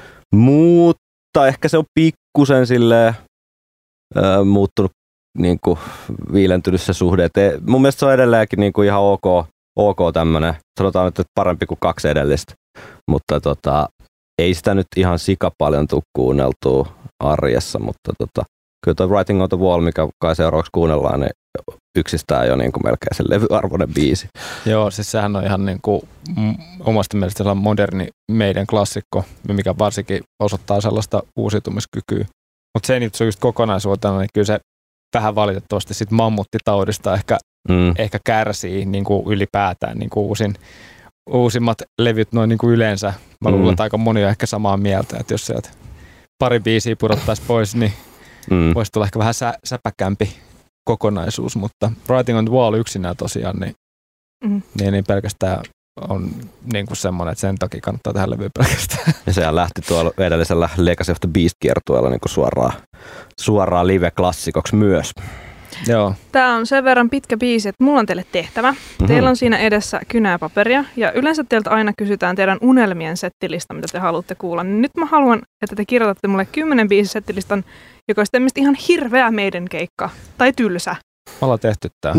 Mutta ehkä se on pikkusen silleen äh, muuttunut, niin kuin viilentynyt se suhde. Et mun mielestä se on edelleenkin niin kuin ihan ok, ok tämmöinen, sanotaan nyt, että parempi kuin kaksi edellistä, mutta tota, ei sitä nyt ihan sika paljon tule kuunneltua arjessa, mutta tota, kyllä tuo Writing on the Wall, mikä kai seuraavaksi kuunnellaan, niin yksistään jo niin kuin melkein sen levyarvoinen biisi. Joo, siis sehän on ihan niin kuin omasta mielestä sellainen moderni meidän klassikko, mikä varsinkin osoittaa sellaista uusiutumiskykyä. Mutta se nyt just kokonaisuutena, niin kyllä se vähän valitettavasti sit mammuttitaudista ehkä, mm. ehkä kärsii niin kuin ylipäätään niin kuin uusin, uusimmat levyt noin niin kuin yleensä. Mä luulen, mm. että aika moni on ehkä samaa mieltä, että jos sieltä pari biisiä pudottaisi pois, niin Mm. voisi tulla ehkä vähän sä, säpäkämpi kokonaisuus, mutta Writing on the Wall yksinään tosiaan, niin, mm. niin, niin pelkästään on niin kuin semmoinen, että sen takia kannattaa tähän levyyn pelkästään. Ja sehän lähti tuolla edellisellä Legacy of the Beast -kiertueella niin kuin suoraan, suoraan live-klassikoksi myös. Joo. Tämä on sen verran pitkä biisi, että mulla on teille tehtävä. Mm-hmm. Teillä on siinä edessä kynää paperia ja yleensä teiltä aina kysytään teidän unelmien settilista, mitä te haluatte kuulla. Nyt mä haluan, että te kirjoitatte mulle kymmenen biisin settilistan, joka olisi tämmöistä ihan hirveä meidän keikka tai tylsä. Me ollaan tehty tää.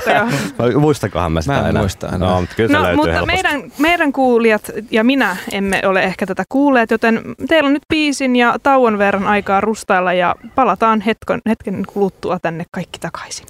Muistakohan mä sitä mä en enää? Muista enää. No, mutta kyllä se no, löytyy mutta helposti. meidän, meidän kuulijat ja minä emme ole ehkä tätä kuulleet, joten teillä on nyt biisin ja tauon verran aikaa rustailla ja palataan hetken, hetken kuluttua tänne kaikki takaisin.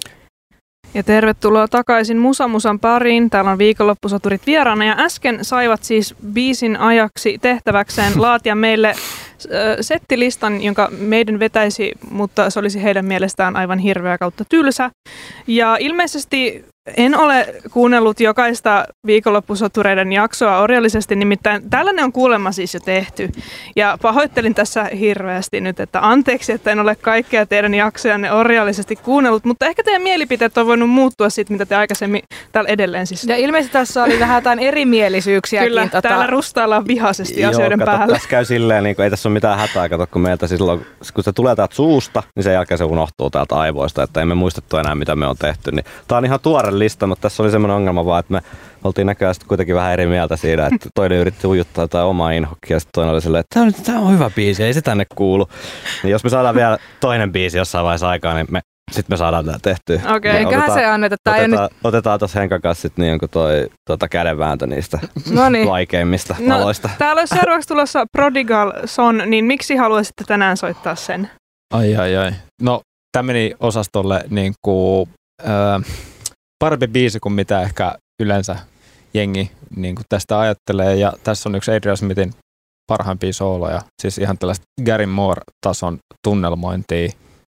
Ja tervetuloa takaisin Musa Musan pariin. Täällä on viikonloppusoturit vieraana ja äsken saivat siis biisin ajaksi tehtäväkseen laatia meille äh, settilistan, jonka meidän vetäisi, mutta se olisi heidän mielestään aivan hirveä kautta tylsä. Ja ilmeisesti en ole kuunnellut jokaista viikonloppusotureiden jaksoa orjallisesti, nimittäin tällainen on kuulemma siis jo tehty. Ja pahoittelin tässä hirveästi nyt, että anteeksi, että en ole kaikkea teidän jaksojanne orjallisesti kuunnellut, mutta ehkä teidän mielipiteet on voinut muuttua siitä, mitä te aikaisemmin täällä edelleen siis. Ja ilmeisesti tässä oli vähän jotain erimielisyyksiäkin. Kyllä, tota... täällä rustaillaan vihaisesti Joo, asioiden kato, päällä. Tässä käy silleen, niin kuin, ei tässä ole mitään hätää, kato, kun meiltä silloin, kun se tulee täältä suusta, niin sen jälkeen se unohtuu täältä aivoista, että emme muistettu enää, mitä me on tehty. Niin, tää on ihan tuore lista, mutta tässä oli semmoinen ongelma vaan, että me oltiin näköjään kuitenkin vähän eri mieltä siitä, että toinen yritti ujuttaa jotain omaa inhokkia ja sitten toinen oli silleen, että tämä on, tämä on hyvä biisi, ei se tänne kuulu. Niin jos me saadaan vielä toinen biisi jossain vaiheessa aikaa, niin me, sitten me saadaan tämä tehtyä. Okei, okay, eiköhän se anneta. Otetaan, nyt... otetaan tuossa Henkan kanssa sitten niin toi tota kädenvääntö niistä Noniin. vaikeimmista No, aloista. täällä olisi seuraavaksi tulossa Prodigal Son, niin miksi haluaisitte tänään soittaa sen? Ai ai ai. No, tämä meni osastolle niin kuin, äh, parempi biisi kuin mitä ehkä yleensä jengi niin kuin tästä ajattelee. Ja tässä on yksi Adrian Smithin parhaimpia sooloja. Siis ihan tällaista Gary Moore-tason tunnelmointia.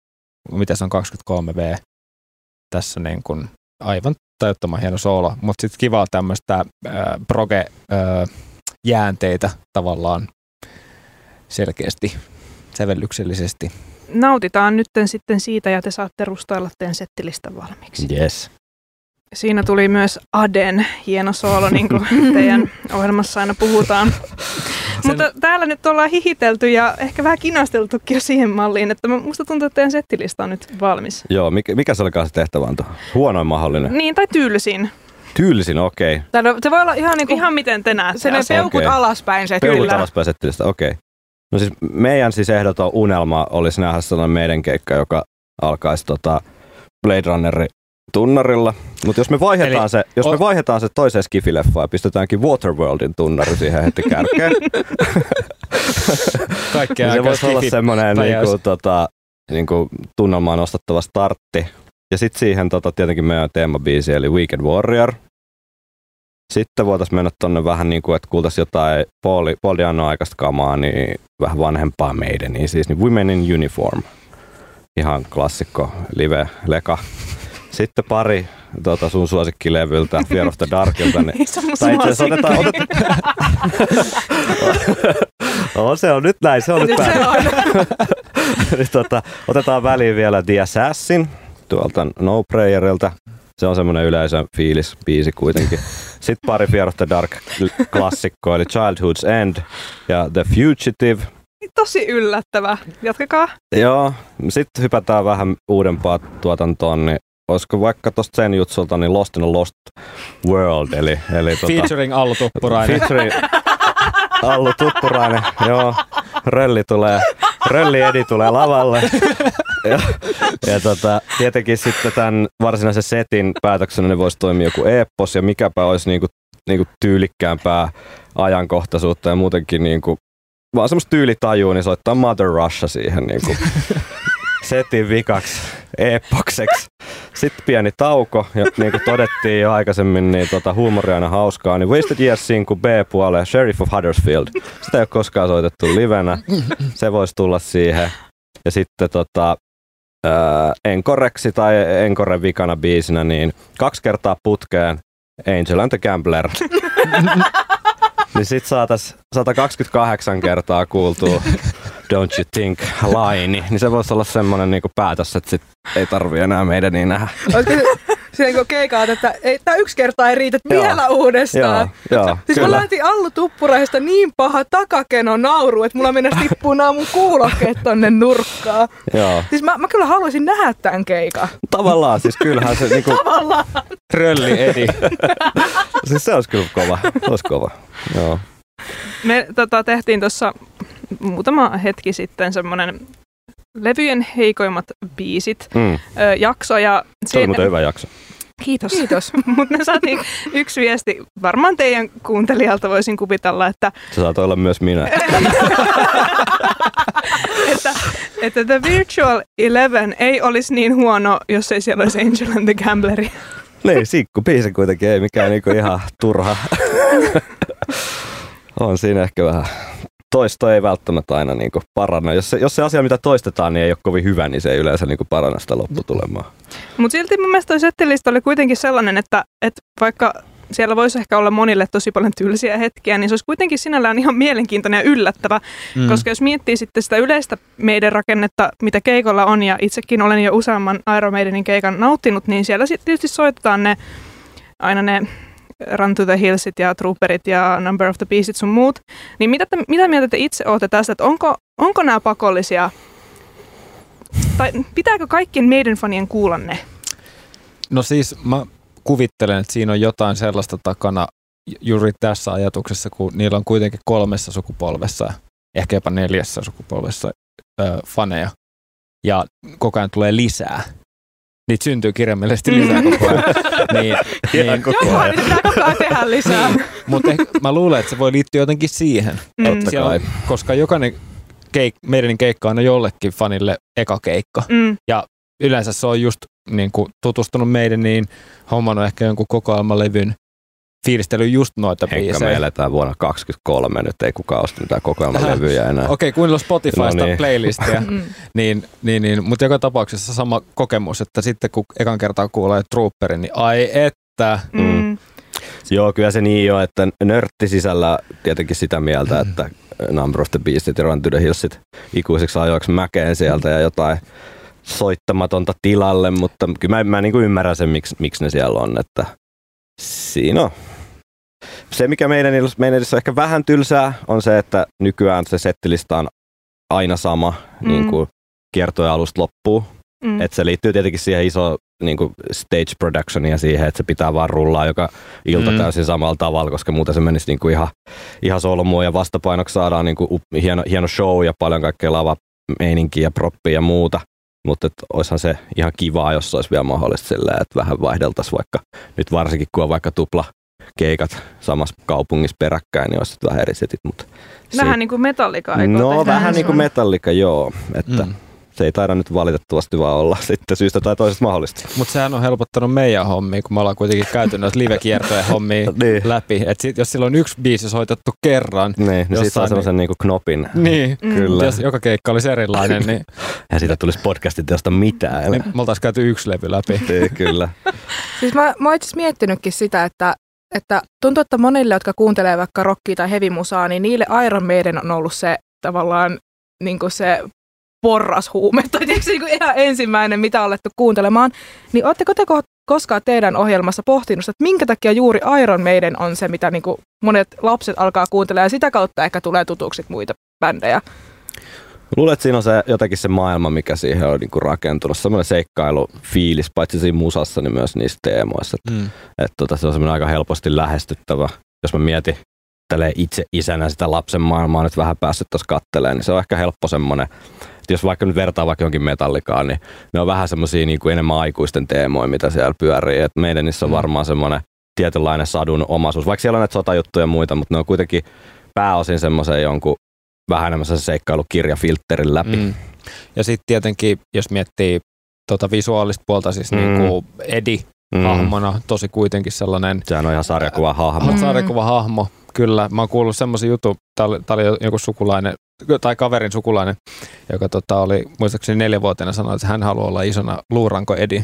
Mitä se on kaksikymmentäkolme V. Tässä niin kuin aivan tajuttoman hieno soolo. Mutta sitten kivaa tämmöistä äh, proge-jäänteitä äh, tavallaan selkeästi, sävellyksellisesti. Nautitaan nytten sitten siitä ja te saatte rustailla teidän settilistan valmiiksi. Yes. Siinä tuli myös Aden hieno soolo, niin kuin teidän ohjelmassa aina puhutaan. Sen... Mutta täällä nyt ollaan hihitelty ja ehkä vähän kinasteltukin jo siihen malliin, että musta tuntuu, että teidän settilista on nyt valmis. Joo, mikä, mikä se olikaan se tehtävä on tuohon? Huonoin mahdollinen. Niin, tai tylsin. Tylsin, okei. Okay. Se voi olla ihan niin kuin... Ihan miten te näette. Se ne peukut okay. alaspäin se. Peukut Kyllä. alaspäin settilistä, okei. Okay. No siis meidän siis ehdoton unelma olisi nähdä sellainen meidän keikka, joka alkaisi tota Blade Runnerin tunnarilla. Mutta jos me vaihdetaan Eli, se, jos o- me vaihdetaan se toiseen skifileffaan ja pistetäänkin Waterworldin tunnari siihen heti kärkeen. Kaikkea niin se voisi olla semmoinen niinku, tota, niinku, tunnelmaan nostattava startti. Ja sitten siihen tota, tietenkin meidän teemabiisi eli Weekend Warrior. Sitten voitaisiin mennä tonne vähän niin kuin, että kuultaisiin jotain Paul, Paul Di'Annon aikaista kamaa, niin vähän vanhempaa meidän, niin siis niin Women in Uniform. Ihan klassikko live-leka. Sitten pari tota, sun suosikkilevyltä, Fear of the Darkilta. Niin, tai itse asiassa otetaan... otetaan no, se on nyt näin, se on nyt päin. Nyt, tota, otetaan väliin vielä The Assassin tuolta No Prayerilta. Se on semmoinen yleisön fiilis biisi kuitenkin. Sitten pari Fear of the Dark-klassikkoa, eli Childhood's End ja The Fugitive. Tosi yllättävää. Jatkakaa. Joo, sitten hypätään vähän uudempaa tuotantoon, niin olisiko vaikka tuosta sen jutsulta, niin Lost in a Lost World, eli... eli featuring tota, Allu Tuppurainen. Featuring Allu Tuppurainen, joo. Rölli tulee, Rölli Edi tulee lavalle. ja ja tota, tietenkin sitten tämän varsinaisen setin päätöksenä niin voisi toimia joku epos, ja mikäpä olisi niinku, niinku tyylikkäämpää ajankohtaisuutta ja muutenkin niinku, vaan semmoista tyylitajua, niin soittaa Mother Russia siihen niinku setin vikaksi epokseksi. Sitten pieni tauko, ja niin kuin todettiin jo aikaisemmin, niin tota, huumoria aina hauskaa, niin Wasted Yearsin kuin B-puoleen Sheriff of Huddersfield. Sitä ei ole koskaan soitettu livenä, se voisi tulla siihen. Ja sitten tota, ää, Enkoreksi tai Enkoren vikana biisinä, niin kaksi kertaa putkeen Angel and the Gambler. Niin sit saatais sata kaksikymmentäkahdeksan kertaa kuultua Don't You Think Line, niin se voisi olla semmoinen niinku päätös, että sit ei tarvii enää meidän niin nähdä. Siellä kun keikaat, että ei, tää yksi kerta ei riitä, että vielä uudestaan. Joo, joo, siis kyllä. mä lähtin Allu Tuppuraisesta niin paha takakeno nauru, että mulla mennä tippuu nämä mun kuulokkeet tonne nurkkaan. Joo. Siis mä, mä kyllä haluaisin nähdä tämän keikan. Tavallaan, siis kyllähän se niinku... Tavallaan. Trölli Edi. Siis se olisi kyllä kova. Se olisi kova. Joo. Me tota, tehtiin tuossa muutama hetki sitten semmoinen levyjen heikoimmat biisit Mm. ö, jakso. Ja Se oli muuten hyvä jakso. Kiitos. Kiitos. Mutta me saatiin yksi viesti, varmaan teidän kuuntelijalta voisin kuvitella, että, Se saat olla myös minä. että, että The Virtual Eleven ei olisi niin huono, jos ei siellä olisi Angel and the Gambleri. Niin, sikku biisi kuitenkin, ei mikään niinku ihan turha. On siinä ehkä vähän. Toisto ei välttämättä aina niinku paranna. Jos se, jos se asia, mitä toistetaan, niin ei ole kovin hyvä, niin se ei yleensä niinku paranna sitä lopputulemaa. Mutta silti mun mielestä toi settilista oli kuitenkin sellainen, että, että vaikka siellä voisi ehkä olla monille tosi paljon tylsiä hetkiä, niin se olisi kuitenkin sinällään ihan mielenkiintoinen ja yllättävä, mm. koska jos miettii sitten sitä yleistä meidän rakennetta, mitä keikolla on, ja itsekin olen jo useamman Iron Maidenin keikan nauttinut, niin siellä sitten tietysti soitetaan ne, aina ne Run to the Hillsit ja Trooperit ja Number of the Beastit sun muut, niin mitä, te, mitä mieltä te itse olette tästä, että onko, onko nämä pakollisia, tai pitääkö kaikkien meidän fanien kuulla ne? No siis mä kuvittelen, että siinä on jotain sellaista takana juuri tässä ajatuksessa, kun niillä on kuitenkin kolmessa sukupolvessa, ehkä jopa neljässä sukupolvessa ö, faneja, ja koko ajan tulee lisää. Niitä syntyy kirjaimellisesti lisää koko ajan. niin, niin, Johan, niin pitää koko ajan tehdä lisää. Niin, mutta mä luulen, että se voi liittyä jotenkin siihen. Mm. Siellä on, koska jokainen keik- meidän keikka on jollekin fanille eka keikka. Mm. Ja yleensä se on just niin kuin tutustunut meidän, niin hommannut ehkä jonkun kokoelmalevyn fiilistely just noita Henkka, biisejä. me eletään vuonna kaksikymmentäkolme, nyt ei kukaan osta mitään kokoelmalevyjä enää. Okei, okay, kuunnella Spotifysta No niin. playlistia, niin, niin, niin, mutta joka tapauksessa sama kokemus, että sitten kun ekan kertaa kuulee Trooperin, niin ai että. Mm. Joo, kyllä se niin on, että nörtti sisällä tietenkin sitä mieltä, että Number of the Beastit ja Run to the Hillsit ikuisiksi ajoiksi mäkeen sieltä ja jotain soittamatonta tilalle, mutta kyllä mä, mä niin kuin ymmärrän sen, miksi, miksi ne siellä on, että siinä on. Se, mikä meidän, meidän on ehkä vähän tylsää, on se, että nykyään se settilista on aina sama, mm. niin kuin kiertojen alusta loppuu. Mm. Et se liittyy tietenkin siihen isoon niin kuin stage productioniin ja siihen, että se pitää vaan rullaa joka ilta mm. täysin samalla tavalla, koska muuten se menisi niin kuin ihan, ihan solmuun ja vastapainoksi saadaan niin kuin hieno, hieno show ja paljon kaikkea lavameininkiä ja proppia ja muuta. Mutta olisihan se ihan kivaa, jos se olisi vielä mahdollista silleen, että vähän vaihdeltaisiin vaikka, nyt varsinkin kun on vaikka tupla keikat samassa kaupungissa peräkkäin, niin olisi vähän eri setit. Mutta vähän se, niin kuin Metallica. No vähän niin kuin Metallica, joo. Että Mm. se ei taida nyt valitettavasti vaan olla sitten syystä tai toisesta mahdollista. Mutta sehän on helpottanut meidän hommia, kun me ollaan kuitenkin käyty noita live-kiertojen hommia niin. läpi. Et sit, jos sillä on yksi biisi soitettu kerran. Niin, niin siitä saa niin, sellaisen niinku knopin. Niin, Mm. Kyllä. jos joka keikka olisi erilainen, niin, Ja siitä tulisi podcastit teosta mitään. niin me oltaisiin käyty yksi levy läpi. Niin, kyllä. Siis mä, mä oon itse asiassa miettinytkin sitä, että, että tuntuu, että monille, jotka kuuntelee vaikka rockia tai heavy-musaa, niin niille Iron Maiden on ollut se tavallaan niin kuin se porrashuume, tai tietysti niin kuin ihan ensimmäinen, mitä olette kuuntelemaan. Niin ootteko te koskaan teidän ohjelmassa pohtinut, että minkä takia juuri Iron Maiden on se, mitä niin kuin monet lapset alkaa kuuntelemaan, ja sitä kautta ehkä tulee tutuksi muita bändejä? Luulen, että siinä on se, jotenkin se maailma, mikä siihen on niinku rakentunut. Semmoinen seikkailufiilis, paitsi siinä musassa, niin myös niissä teemoissa. Mm. Että tota, se on semmoinen aika helposti lähestyttävä. Jos mä mietin tälleen itse isänä sitä lapsen maailmaa nyt vähän päässyt tuossa kattelemaan, niin se on ehkä helppo semmoinen, että jos vaikka nyt vertaa vaikka johonkin Metallicaan, niin ne on vähän semmoisia niinku enemmän aikuisten teemoja, mitä siellä pyörii. Et meidän niissä on varmaan semmoinen tietynlainen sadun omaisuus. Vaikka siellä on näitä sotajuttuja ja muita, mutta ne on kuitenkin pääosin semmoisen jonkun vähän enemmän se seikkailukirjafiltterin läpi. Mm. Ja sitten tietenkin, jos miettii tota visuaalista puolta, siis mm. niinku Eddie Mm. hahmona, tosi kuitenkin sellainen Sehän on ihan sarjakuva hahmo. mm. sarjakuva hahmo, kyllä. Mä oon kuullut semmoisen jutun, tää oli, tää oli joku sukulainen, tai kaverin sukulainen, joka tota oli muistaakseni neljävuotiaana sanoi, että hän haluaa olla isona luuranko Eddie.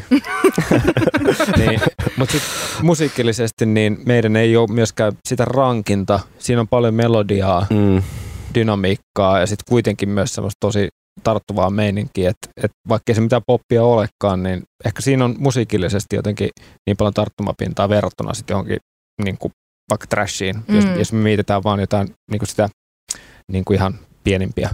niin, mutta sitten musiikillisesti niin meidän ei ole myöskään sitä rankinta. Siinä on paljon melodiaa, Mm. dynamiikkaa ja sitten kuitenkin myös semmoista tosi tarttuvaa meininkiä, että et vaikka ei se mitään poppia olekaan, niin ehkä siinä on musiikillisesti jotenkin niin paljon tarttumapintaa verrattuna sitten johonkin niin kuin vaikka trashiin, mm. jos, jos me mietitään vaan jotain niin kuin sitä niin kuin ihan pienimpiä.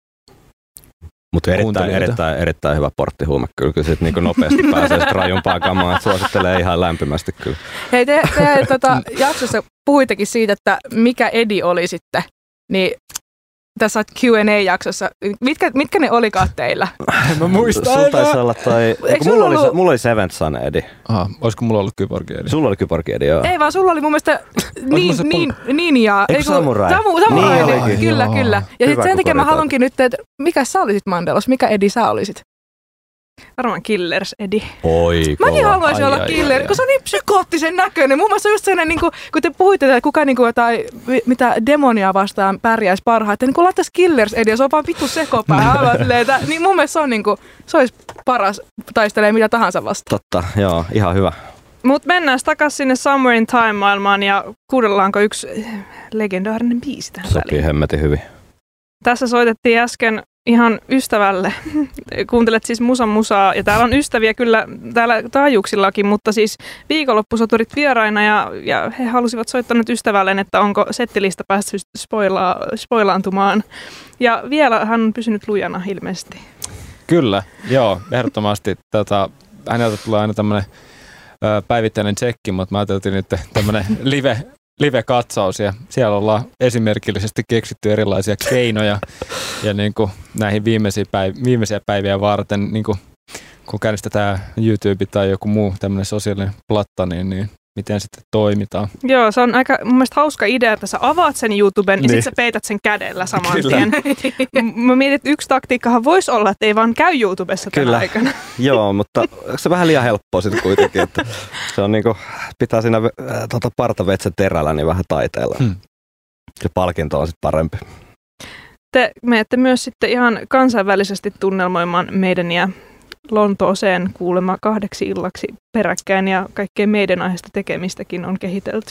Mutta erittäin, erittäin, erittäin hyvä porttihuume kyllä, kyllä sit niinku nopeasti pääsee sit rajumpaan kamaan, että suosittelee ihan lämpimästi kyllä. Hei, te, te tota, jaksossa puhuittekin siitä, että mikä Edi oli sitten, niin tässä Q and A-jaksossa, mitkä, mitkä ne olikaan teillä? Mä muistan. Sulla taisi olla toi, mulla, ollut... oli, mulla oli Seventh Son Edi. Aha, olisiko mulla ollut Kyborgi Edi? Sulla oli Kyborgi Edi, joo. Ei vaan, sulla oli mun mielestä niin, niin, ninja. Eikö Samurai? Samu, samurai, niin niin, kyllä, joo. kyllä. Ja sitten sen takia mä haluankin nyt, että mikä sä olisit Mandelos, mikä Edi sä olisit? Varmaan Killers Edi. Oi, Mäkin kova. haluaisin ai, olla ai, killer, ai, kun se on niin psykoottisen näköinen. Mun mielestä just sellainen, niin kuin, kun te puhuitte, että kuka niin kuin, jotain, mitä demonia vastaan pärjäisi parhaiten, niin kun laittaisi Killers Edi, ja se on vaan vittu sekopää. Niin mun mielestä se, on, niin kuin, se olisi paras taistelee mitä tahansa vastaan. Totta, joo, ihan hyvä. Mutta mennään takaisin sinne Somewhere in Time-maailmaan ja kuunnellaanko yksi legendaarinen biisi tähän Sopii väliin. hemmetin hyvin. Tässä soitettiin äsken ihan ystävälle. Kuuntelet siis Musan Musaa ja täällä on ystäviä kyllä täällä taajuuksillakin, mutta siis viikonloppusoturit vieraina ja, ja he halusivat soittaa nyt ystävälleen, että onko settilista päässyt spoilaa, spoilaantumaan. Ja vielä hän on pysynyt lujana ilmeisesti. Kyllä, joo, ehdottomasti. Tota, häneltä tulee aina tämmöinen päivittäinen tsekki, mutta mä ajattelin nyt tämmöinen live, live-katsaus ja siellä ollaan esimerkillisesti keksitty erilaisia keinoja ja niin kuin näihin viimeisiä, päiv- viimeisiä päiviä varten, niin kuin, kun käynnistetään YouTube tai joku muu tämmöinen sosiaalinen platta, niin, niin miten sitten toimitaan. Joo, se on aika mun mielestä hauska idea, että sä avaat sen YouTuben niin. ja sitten sä peität sen kädellä saman Kyllä. tien. Mä mietin, että yksi taktiikkahan voisi olla, että ei vaan käy YouTubessa tänä Kyllä. aikana. Joo, mutta se vähän liian helppoa sitten kuitenkin, että se on niinku, pitää siinä äh, tota partavetsen terällä niin vähän taiteella. Hmm. Se palkinto on sitten parempi. Te menette myös sitten ihan kansainvälisesti tunnelmoimaan meidän ja Lontooseen kuulemma kahdeksi illaksi peräkkäin ja kaikkea meidän aiheesta tekemistäkin on kehitelty.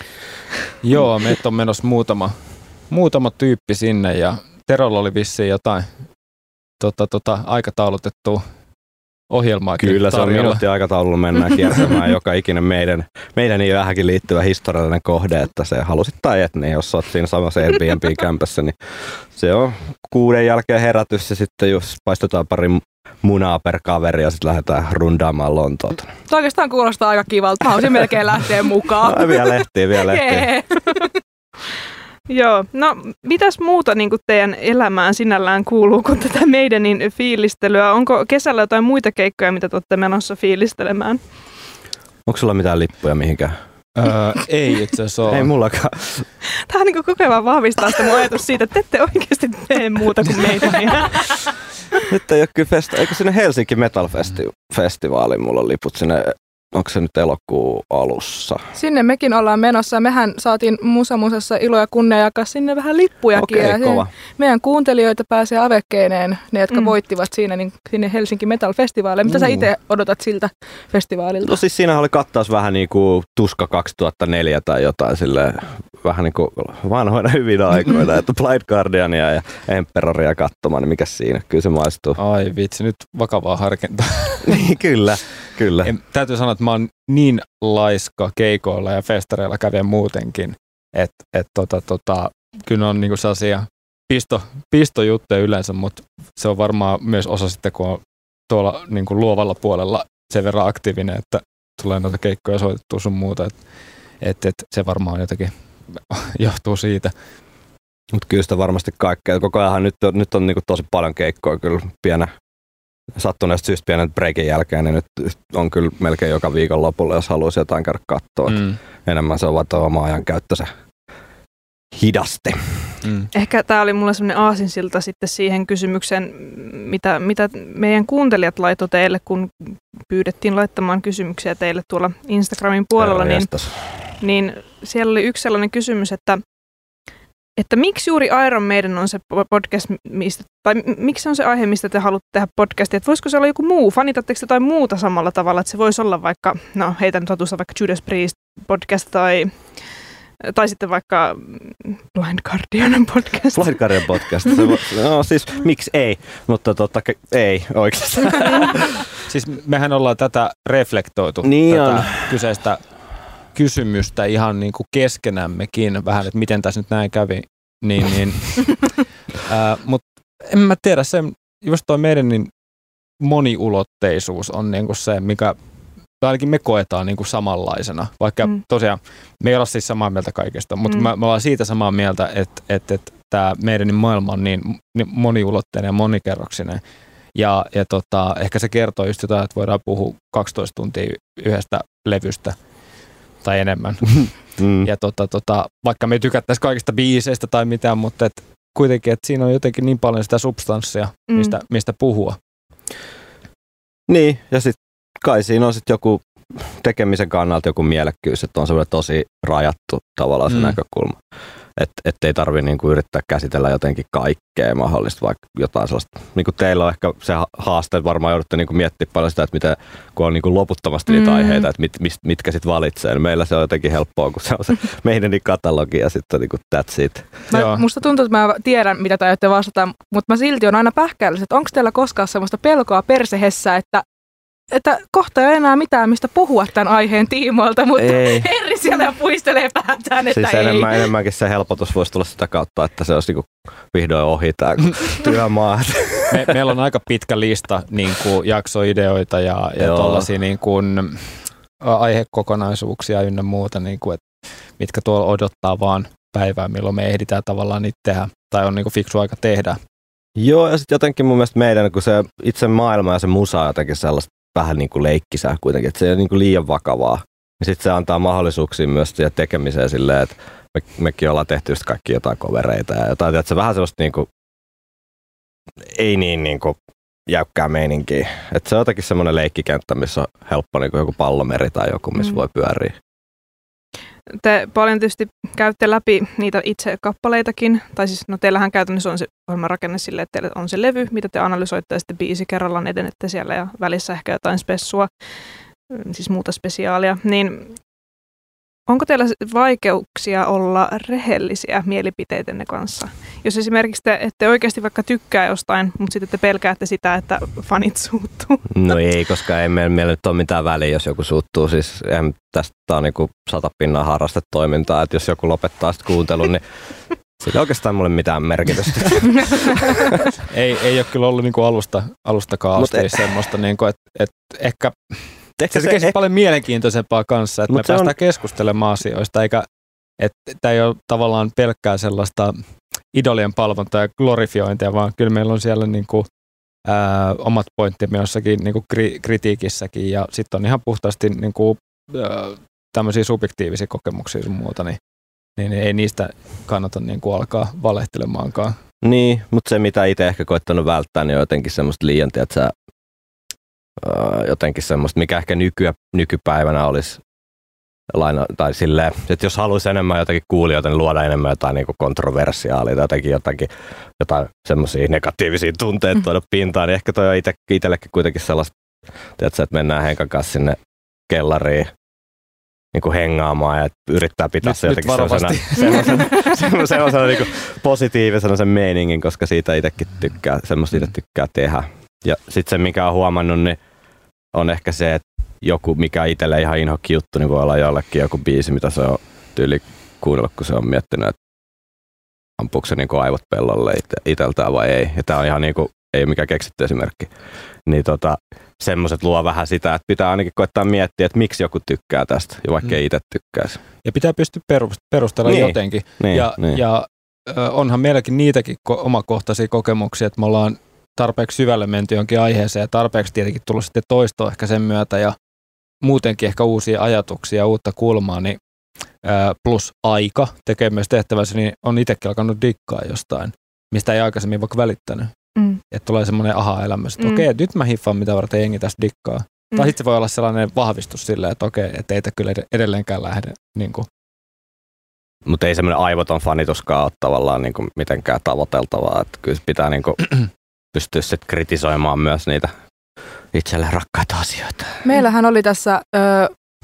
Joo, meitä on menossa muutama, muutama tyyppi sinne ja Terolla oli vissiin jotain tota, tota, aikataulutettua ohjelmaakin. Kyllä, se on tarjolla. minuutin aikataululla mennään kiertämään joka ikinen meidän, meidän ei vähänkin liittyvä historiallinen kohde, että se halusit tai et, niin jos olet siinä samassa Airbnb-kämpässä, niin se on kuuden jälkeen herätys ja sitten jos paistetaan pari munaa per kaveri ja sitten lähdetään rundaamaan Lontoota. Tuo oikeastaan kuulostaa aika kivalta. Mä olisin melkein lähteä mukaan. No, vielä lehtiä, vielä lehtiä. Joo, no mitäs muuta niin kuin teidän elämään sinällään kuuluu kuin tätä meidänin fiilistelyä? Onko kesällä jotain muita keikkoja, mitä te olette menossa fiilistelemään? Onko sulla mitään lippuja mihinkään? Öö, ei itse asiassa ole. Ei mullakaan. Tämä on niin koko ajan vahvistaa sitä mun ajatus siitä, että te ette oikeasti tee muuta kuin meidäniä. Nyt ei ole kyllä festa. Eikö sinne Helsinki Metal Festivaaliin mulla on liput sinne, onko se nyt elokuun alussa? Sinne mekin ollaan menossa. Mehän saatiin Musa Musassa ilo ja kunnia jakaa sinne vähän lippujakin. Okei, ja kova. Meidän kuuntelijoita pääsee avekkeineen, ne jotka Mm. voittivat siinä, niin sinne Helsinki Metal Festivaaliin. Mitä sä Mm. itse odotat siltä festivaalilta? No siis siinä oli kattaus vähän niin kuin Tuska kaksituhattaneljä tai jotain silleen, vähän niin kuin vanhoina hyvinä aikoina, että Blind Guardiania ja Emperoria katsomaan, niin mikä siinä? Kyllä se maistuu. Ai vitsi, nyt vakavaa harkintaa. Niin, kyllä, kyllä. En, täytyy sanoa, että mä oon niin laiska keikoilla ja festareilla kävien muutenkin, että et, tota, tota, kyllä on niinku sellaisia pisto, pistojuttuja yleensä, mutta se on varmaan myös osa sitten, kun on tuolla niinku luovalla puolella sen verran aktiivinen, että tulee noita keikkoja soitettua sun muuta, että et, et, se varmaan jotenkin johtuu siitä. Mutta kyllä sitä varmasti kaikkea. Koko ajan nyt on, nyt on niinku tosi paljon keikkoja kyllä pienä. Sattuneesta syystä pienen breakin jälkeen, niin nyt on kyllä melkein joka viikon lopulla, jos haluaisi jotain käydä katsoa. Mm. Enemmän se on vaan tuo oma ajan käyttö se hidaste. Mm. Ehkä tämä oli mulla semmoinen aasinsilta sitten siihen kysymykseen, mitä, mitä meidän kuuntelijat laittoi teille, kun pyydettiin laittamaan kysymyksiä teille tuolla Instagramin puolella, niin, niin siellä oli yksi sellainen kysymys, että Että miksi juuri Iron Maiden on se podcast, mistä, tai miksi on se aihe, mistä te haluatte tehdä podcastia? Että voisiko se olla joku muu? Fanitatteko te jotain muuta samalla tavalla? Että se voisi olla vaikka, no heitän totuussa vaikka Judas Priest podcast tai Tai sitten vaikka Blind Guardian podcast. Blind Guardian podcast. Se, no siis, miksi ei? Mutta totta ei oikeasti. Siis mehän ollaan tätä reflektoitu, niin tätä on. kyseistä kysymystä ihan niin kuin keskenämmekin vähän, että miten tässä nyt näin kävi. Niin, niin, ää, mutta en mä tiedä, se, just toi meidän niin moniulotteisuus on niin kuin se, mikä ainakin me koetaan niin kuin samanlaisena. Vaikka mm. tosiaan me ei olla siis samaa mieltä kaikesta, mutta mm. me, me ollaan siitä samaa mieltä, että, että, että tämä meidän niin maailma on niin, niin moniulotteinen ja monikerroksinen. Ja, ja tota, ehkä se kertoo just jotain, että voidaan puhua kaksitoista tuntia yhdestä levystä tai enemmän. Mm. Ja tota, tota, vaikka me ei tykättäisi kaikista biiseistä tai mitään, mutta et kuitenkin, että siinä on jotenkin niin paljon sitä substanssia, mm. mistä, mistä puhua. Niin, ja sitten kai siinä on sitten joku tekemisen kannalta joku mielekkyys, että on semmoinen tosi rajattu tavallaan se mm. näkökulma. Että et ei tarvitse niinku yrittää käsitellä jotenkin kaikkea mahdollista, vaikka jotain sellaista. Niinku teillä on ehkä se haaste, että varmaan joudutte niinku miettimään paljon sitä, että miten, kun on niinku loputtomasti niitä mm. aiheita, että mit, mit, mitkä sitten valitsee. Niin meillä se on jotenkin helppoa, kun se on se meidän katalogi ja sitten niinku that's it. Mä, musta tuntuu, että mä tiedän, mitä te aiotte vastata, mutta mä silti on aina pähkäillyt, että onko teillä koskaan semmoista pelkoa persehessä, että että kohta ei ole enää mitään, mistä puhua tämän aiheen tiimoilta, mutta ei. Henri siellä puistelee päätään, että siis ei. Enemmän, enemmänkin se helpotus voisi tulla sitä kautta, että se olisi niinku vihdoin ohi tämä työmaa. Me, meillä on aika pitkä lista niin kuin jaksoideoita ja, ja tuollaisia niin kuin aihekokonaisuuksia ynnä muuta, niin kuin, että mitkä tuolla odottaa vaan päivää, milloin me ehditään tavallaan niitä tehdä, tai on niin kuin fiksu aika tehdä. Joo, ja sitten jotenkin mun mielestä meidän, kun se itse maailma ja se musa on jotenkin sellaista vähän niin kuin leikkisää kuitenkin, että se ei ole niin kuin liian vakavaa. Ja sitten se antaa mahdollisuuksia myös siihen tekemiseen silleen, että me, mekin ollaan tehty just kaikki jotain covereita ja jotain, että se vähän sellaista niin kuin, ei niin, niin kuin jäykkää meininkiä. Että se on jotenkin semmoinen leikkikenttä, missä on helppo niin kuin joku pallomeri tai joku, missä mm. voi pyöriä. Te paljon tietysti käytte läpi niitä itse kappaleitakin, tai siis no teillähän käytännössä on se ohjelmarakenne silleen, että teillä on se levy, mitä te analysoitte ja sitten biisi kerrallaan edenette siellä ja välissä ehkä jotain spessua, siis muuta spesiaalia, niin onko teillä vaikeuksia olla rehellisiä mielipiteitenne kanssa? Jos esimerkiksi te ette oikeasti vaikka tykkää jostain, mutta sitten te pelkäätte sitä, että fanit suuttuu. No ei, koska ei meillä, meillä nyt ole mitään väliä, jos joku suuttuu. Siis en, tästä on niinku sata pinnaa harrastetoimintaa, että jos joku lopettaa sitten kuuntelun, niin sillä ei oikeastaan mulle mitään merkitystä. ei, ei ole kyllä ollut niinku alusta, alustakaan asti et, semmoista, niinku, että et ehkä... Se tekee se paljon mielenkiintoisempaa kanssa, että me päästään on keskustelemaan asioista, eikä että tämä ei ole tavallaan pelkkää sellaista idolien palvontaa ja glorifiointia, vaan kyllä meillä on siellä niinku, ää, omat pointtimme jossakin niinku kri, kritiikissäkin ja sitten on ihan puhtaasti niinku, ää, tämmöisiä subjektiivisia kokemuksia sun muuta, niin, niin ei niistä kannata niinku alkaa valehtelemaankaan. Niin, mutta se mitä itse ehkä koittanut välttää, niin on jotenkin semmoista liian, että sä jotenkin semmoista, mikä ehkä nykyä, nykypäivänä olisi laina, tai silleen, että jos haluaisi enemmän jotakin kuulijoita, niin luoda enemmän jotain niin kuin kontroversiaalia tai jotakin, jotakin jotain semmoisia negatiivisia tunteita tuoda pintaan, niin ehkä toi on ite, itsellekin kuitenkin sellaista, tiedätkö, että mennään Henkan kanssa sinne kellariin niin kuin hengaamaan ja yrittää pitää nyt, se jotenkin sellaisena, sellaisena, sellaisena, sellaisena niin kuin positiivisena sen meiningin, koska siitä itsekin tykkää, semmoista itse tykkää tehdä. Ja sitten se, mikä on huomannut, niin on ehkä se, että joku, mikä itselle ihan inhokki juttu, niin voi olla jollekin joku biisi, mitä se on tyyli kuunnellut, kun se on miettinyt, että ampuuko se niin kuin aivot pellolle itseltään vai ei. Ja tämä on ihan niin kuin, ei ole mikään keksitty esimerkki. Niin tota, semmoiset luo vähän sitä, että pitää ainakin koittaa miettiä, että miksi joku tykkää tästä, ja vaikka mm. ei itse tykkäisi. Ja pitää pystyä perustella niin, jotenkin. Niin, ja, niin. ja onhan meilläkin niitäkin omakohtaisia kokemuksia, että me ollaan tarpeeksi syvälle menty jonkin aiheeseen ja tarpeeksi tietenkin tullut sitten toistoa ehkä sen myötä ja muutenkin ehkä uusia ajatuksia ja uutta kulmaa, niin ää, plus aika tekee myös tehtävänsä, niin on itsekin alkanut dikkaa jostain, mistä ei aikaisemmin vaikka välittänyt. Mm. Että tulee semmoinen aha-elämys, että mm. okei, nyt mä hiffaan, mitä varten jengi tästä dikkaa. Mm. Tai sitten se voi olla sellainen vahvistus silleen, että okei, että ei kyllä edelleenkään lähde. Niin mutta ei semmoinen aivoton fanituskaan ole tavallaan niin kuin mitenkään tavoiteltavaa, että kyllä pitää niin kuin pystyä sitten kritisoimaan myös niitä itselleen rakkaita asioita. Meillähän oli tässä ö,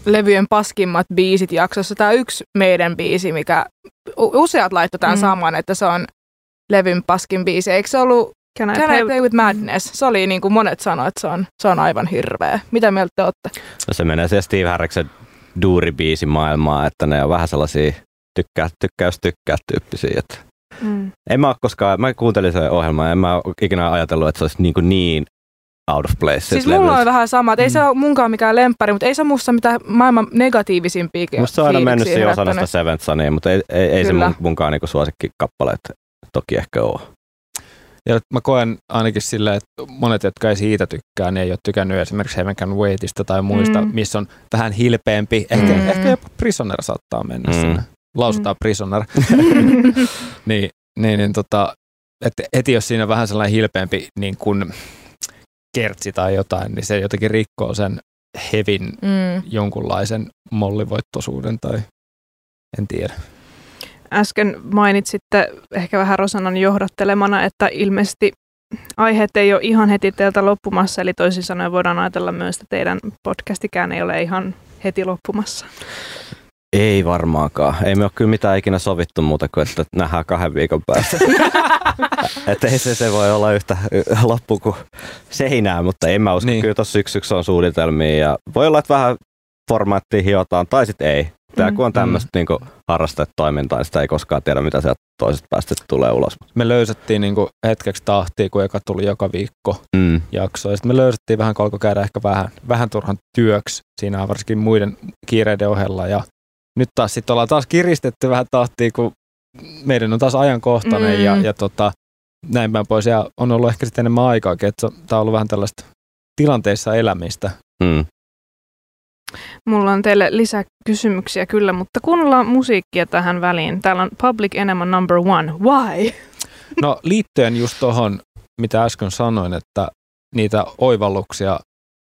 levyjen paskimmat biisit jaksossa. Tämä yksi meidän biisi, mikä useat laittoi tämän mm. saman, että se on levyn paskin biisi. Eikö se ollut Can I, Can play, I play with Madness? Se oli niin kuin monet sanoivat, että se on, se on aivan hirveä. Mitä mieltä te olette? No se menee se Steve Harriksen duuribiisi maailmaa, että ne on vähän sellaisia tykkää, tykkää jos tykkää tyyppisiä. Että mm. En mä ole koskaan, mä kuuntelin sen ohjelman ja en mä ole ikinä ajatellut, että se olisi niin, kuin niin out of place. Siis mulla levels. On vähän sama, että ei se ole munkaan mikään lemppari, mutta ei se musta mitään maailman negatiivisimpia fiiliksiä. Musta se on aina mennyt siinä osana sitä Seventh Sunia, mutta ei, ei, ei se mun, munkaan niinku suosikkikappaleet toki ehkä ole. Ja mä koen ainakin silleen, että monet, jotka ei siitä tykkää, niin ei ole tykännyt esimerkiksi Heaven Can Waitista tai muista, mm. missä on vähän hilpeämpi. Ehkä, mm. ehkä jopa Prisoner saattaa mennä mm. sinne. Lausutaan mm. Prisoner. niin, niin, niin tota, että heti jos siinä on vähän sellainen hilpeämpi niin kuin kertsi tai jotain, niin se jotenkin rikkoo sen hevin mm. jonkunlaisen mollivoittoisuuden tai en tiedä. Äsken mainitsitte ehkä vähän Rosannan johdattelemana, että ilmeisesti aiheet ei ole ihan heti teiltä loppumassa, eli toisin sanoen voidaan ajatella myös, että teidän podcastikään ei ole ihan heti loppumassa. Ei varmaankaan. Ei me ole kyllä mitään ikinä sovittu muuta kuin, että nähdään kahden viikon päästä. Että ei se, se voi olla yhtä loppu kuin seinää, mutta en mä usko. Niin. Kyllä tuossa syksyksi on suunnitelmia ja voi olla, että vähän formaattia hiotaan tai sitten ei. Tämä kun on tämmöistä mm. niinku harrastetoimintaa, niin sitä ei koskaan tiedä, mitä sieltä toisesta päästä tulee ulos. Me löysettiin niinku hetkeksi tahtia, kun eka tuli joka viikko mm. jakso. Ja sitten me löysettiin vähän, kun alkoi käydä ehkä vähän, vähän turhan työksi siinä varsinkin muiden kiireiden ohella. Ja nyt taas sitten ollaan taas kiristetty vähän tahtia, kun meidän on taas ajankohtainen mm. ja, ja tota, näin päin pois. Ja on ollut ehkä sitten enemmän aikaakin, että tämä on ollut vähän tällaista tilanteissa elämistä. Mm. Mulla on teille lisäkysymyksiä kyllä, mutta kuunnellaan musiikkia tähän väliin. Täällä on Public Enema number one. Why? No liittyen just tuohon, mitä äsken sanoin, että niitä oivalluksia,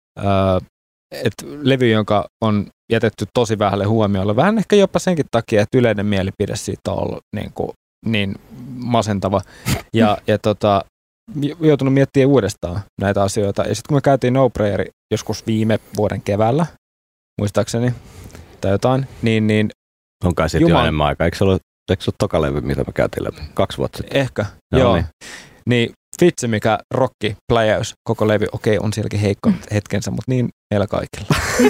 että levy, jonka on jätetty tosi vähälle huomiolle, vähän ehkä jopa senkin takia, että yleinen mielipide siitä on ollut niin, kuin, niin masentava. Ja, ja tota, joutunut miettimään uudestaan näitä asioita. Ja sitten kun me käytiin No Prayer joskus viime vuoden keväällä, muistaakseni, tai jotain, niin... niin on kai sitten Jumal... jo enemmän aikaa. Eikö se ollut, eikö se ollut toka levy, mitä me käytiin läpi? Kaksi vuotta sitten. Ehkä, no, joo. Niin. niin vitsi, mikä rokki, pläjäys, koko levy, okei, on sielläkin heikko hetkensä, mutta niin meillä kaikilla.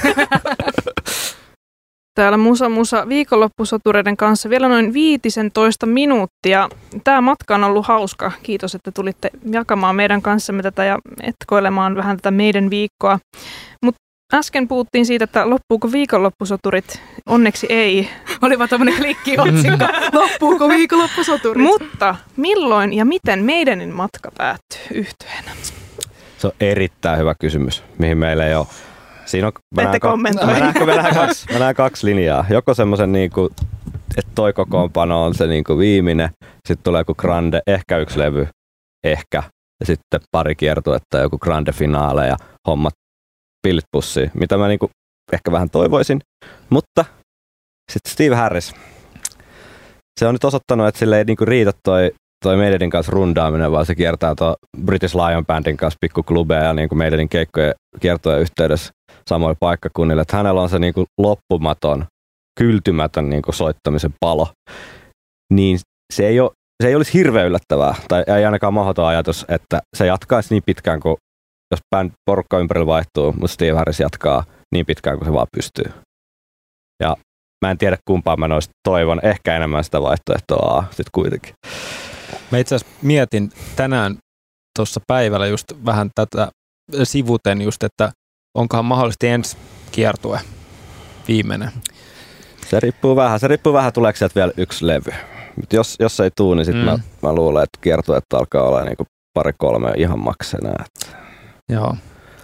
Täällä Musa Musa viikonloppusotureiden kanssa vielä noin viitisentoista minuuttia. Tämä matka on ollut hauska. Kiitos, että tulitte jakamaan meidän kanssamme tätä ja etkoilemaan vähän tätä meidän viikkoa. Mutta äsken puhuttiin siitä, että loppuuko viikonloppusoturit. Onneksi ei. Olipa tämmöinen klikkiotsikko. Loppuuko viikonloppusoturit? Mutta milloin ja miten meidänin matka päättyy yhtyeenä? Se on erittäin hyvä kysymys, mihin meillä ei ole. Siinä on, mä Ette kommentoi. Mä näen, mä näen, kaksi, mä näen kaksi linjaa. Joko semmoisen, niinku, että toi kokoonpano on se niinku viimeinen, sitten tulee joku grande, ehkä yksi levy, ehkä, ja sitten pari kiertuetta, joku grande finaale ja hommat pillit pussiin, mitä mä niinku ehkä vähän toivoisin. Mutta sitten Steve Harris, se on nyt osoittanut, että sille ei niinku riitä toi, toi Maidenin kanssa rundaaminen, vaan se kiertää tuo British Lion Bandin kanssa pikkuklubeja ja niinku Maidenin keikkojen kiertojen yhteydessä samoilla paikkakunnilla, että hänellä on se niinku loppumaton, kyltymätön niinku soittamisen palo, niin se ei, ole, se ei olisi hirveän yllättävää, tai ei ainakaan mahdoton ajatus, että se jatkaisi niin pitkään kuin, jos band, porukka ympärillä vaihtuu, mutta Steve Harris jatkaa niin pitkään kuin se vaan pystyy. Ja mä en tiedä kumpaan mä noista toivon, ehkä enemmän sitä vaihtoehtoa A sitten kuitenkin. Mä itse asiassa mietin tänään tuossa päivällä just vähän tätä sivuten just, että onkohan mahdollisesti ensi kiertue viimeinen? Se riippuu vähän. Se riippuu vähän, tuleeko sieltä vielä yksi levy. Mut jos, jos ei tule, niin sitten mm. mä, mä luulen, että kiertueet alkaa olla niinku pari kolme ihan maksena. Joo.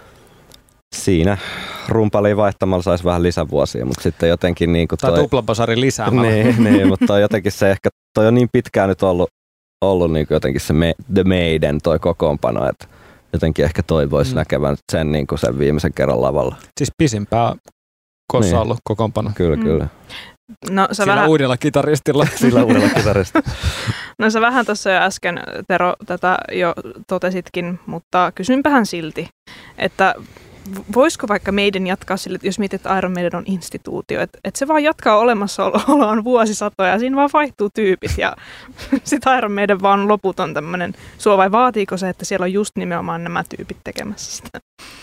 Siinä rumpaliin vaihtamalla saisi vähän lisävuosia, mutta sitten jotenkin... Niin tai toi, tuplabasarin lisäämällä. Niin, niin, mutta toi jotenkin se ehkä... Toi on niin pitkään nyt ollut, ollut niin jotenkin se me, The Maiden, toi kokoonpano, että jotenkin ehkä toivoisi mm. näkevän sen, niin kuin sen viimeisen kerran lavalla. Siis pisimpää koskaan niin. ollut kokoonpano. Kyllä, mm. kyllä. No, Sillä vähän... uudella kitaristilla. Sillä uudella kitaristilla. No sä vähän tuossa jo äsken, Tero, tätä jo totesitkin, mutta kysynpähän silti, että voisiko vaikka meidän jatkaa sille, että jos mietit, että Iron Maiden on instituutio, että, että se vaan jatkaa olemassaoloaan vuosisatoja, siinä vaan vaihtuu tyypit ja sitten Iron Maiden vaan on loputon tämmöinen suo, vai vaatiiko se, että siellä on just nimenomaan nämä tyypit tekemässä sitä?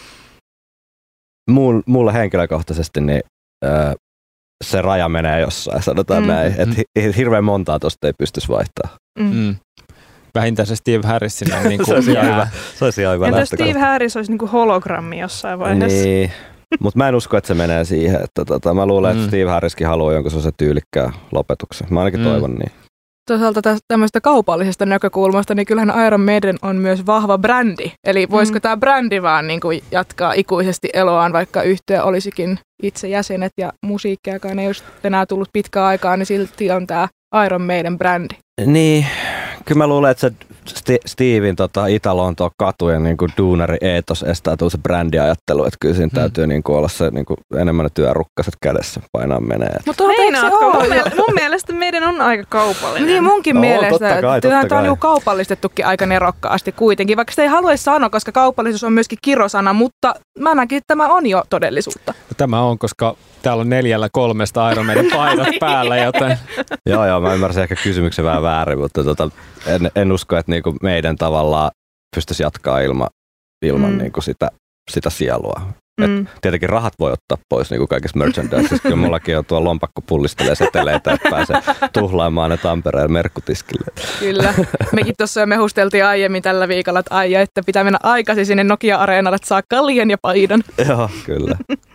Mulle henkilökohtaisesti niin äh, se raja menee jossain, sanotaan mm. näin, että hi- hirveän montaa tosta ei pystyisi vaihtaa. Mm. Mm. Vähintään se Steve Harrisin on niin se olisi ihan hyvä. Se olisi ihan hyvä. Entä jos Steve Harris olisi niin kuin hologrammi jossain vaiheessa? Niin, mutta mä en usko, että se menee siihen. Että tota, mä luulen, että Mm. Steve Harriskin haluaa jonkun sellaisen tyylikkään lopetuksen. Mä ainakin Mm. toivon niin. Toisaalta tästä tämmöistä kaupallisesta näkökulmasta, niin kyllähän Iron Maiden on myös vahva brändi. Eli voisiko mm. tämä brändi vaan niin kuin jatkaa ikuisesti eloaan, vaikka yhtye olisikin itse jäsenet ja musiikkiakaan ei olisi enää tullut pitkään aikaa, niin silti on tämä Iron Maiden brändi. Niin, kyllä mä luulen, että se St- Steven tota, Itä-Lontoon katujen niin kuin duunari-eetos estää tuolla se brändiajattelu, että kyllä siinä hmm. täytyy niin kuin olla se niin kuin enemmän ne työrukkaset kädessä painaa menee. Mutta Meinaatko? Mun, mielestä, mun mielestä meidän on aika kaupallinen. Niin munkin no, mielestä. Totta kai, Kyllähän totta tämä on kai. niin kaupallistettukin aika nerokkaasti kuitenkin, vaikka sitä ei haluaisi sanoa, koska kaupallisuus on myöskin kirosana, mutta mä näkin, että tämä on jo todellisuutta. Tämä on, koska täällä on neljällä kolmesta Iron Maiden paidat päällä, joten... Joo, joo, mä ymmärsin ehkä kysymyksen vähän väärin, mutta tota, en, en usko, että niinku meidän tavallaan pystyisi jatkaa ilma, ilman mm. niinku sitä, sitä sielua. Mm. Et tietenkin rahat voi ottaa pois niinku kaikessa merchandisessa. Kyllä mullakin on tuo lompakko pullistelee seteleitä, että pääsee tuhlaamaan ne Tampereen merkkutiskille. Kyllä. Mekin tuossa jo mehusteltiin aiemmin tällä viikolla, että aija, että pitää mennä aikaisin sinne Nokia-areenalle, että saa kaljan ja paidan. Joo, kyllä.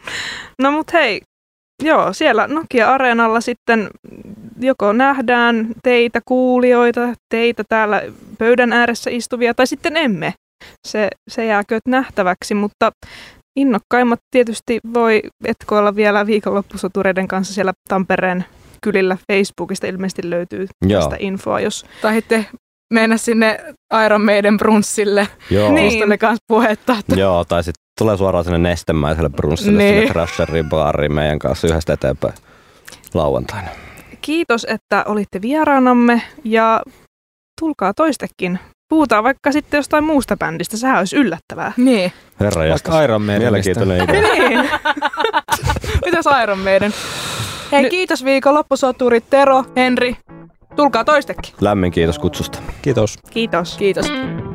No mut hei, joo, siellä Nokia-areenalla sitten joko nähdään teitä kuulijoita, teitä täällä pöydän ääressä istuvia, tai sitten emme. Se, se jääkööt nähtäväksi, mutta innokkaimmat tietysti voi etkoilla vielä viikonloppusotureiden kanssa siellä Tampereen kylillä. Facebookista ilmeisesti löytyy Joo. tästä infoa, jos... Tai sitten mennä sinne Iron Maiden brunssille. Joo. Niin. Niistä oli kanssa puhetta. Että... Joo, tai sitten tulee suoraan sinne nestemäiselle brunssille, Niin. sinne Crasherin baariin meidän kanssa yhdestä eteenpäin lauantaina. Kiitos, että olitte vieraanamme ja tulkaa toistekin. Puhutaan vaikka sitten jostain muusta bändistä, sehän olisi yllättävää. Niin. Herra jästäs. Vaikka Iron Maidenistä. Mielenkiintoinen idea. Niin. Mitäs Iron Maiden? Hei, Nyt- kiitos viikonloppusoturit Tero, Henri. Tulkaa toistekin. Lämmin kiitos kutsusta. Kiitos. Kiitos. Kiitos.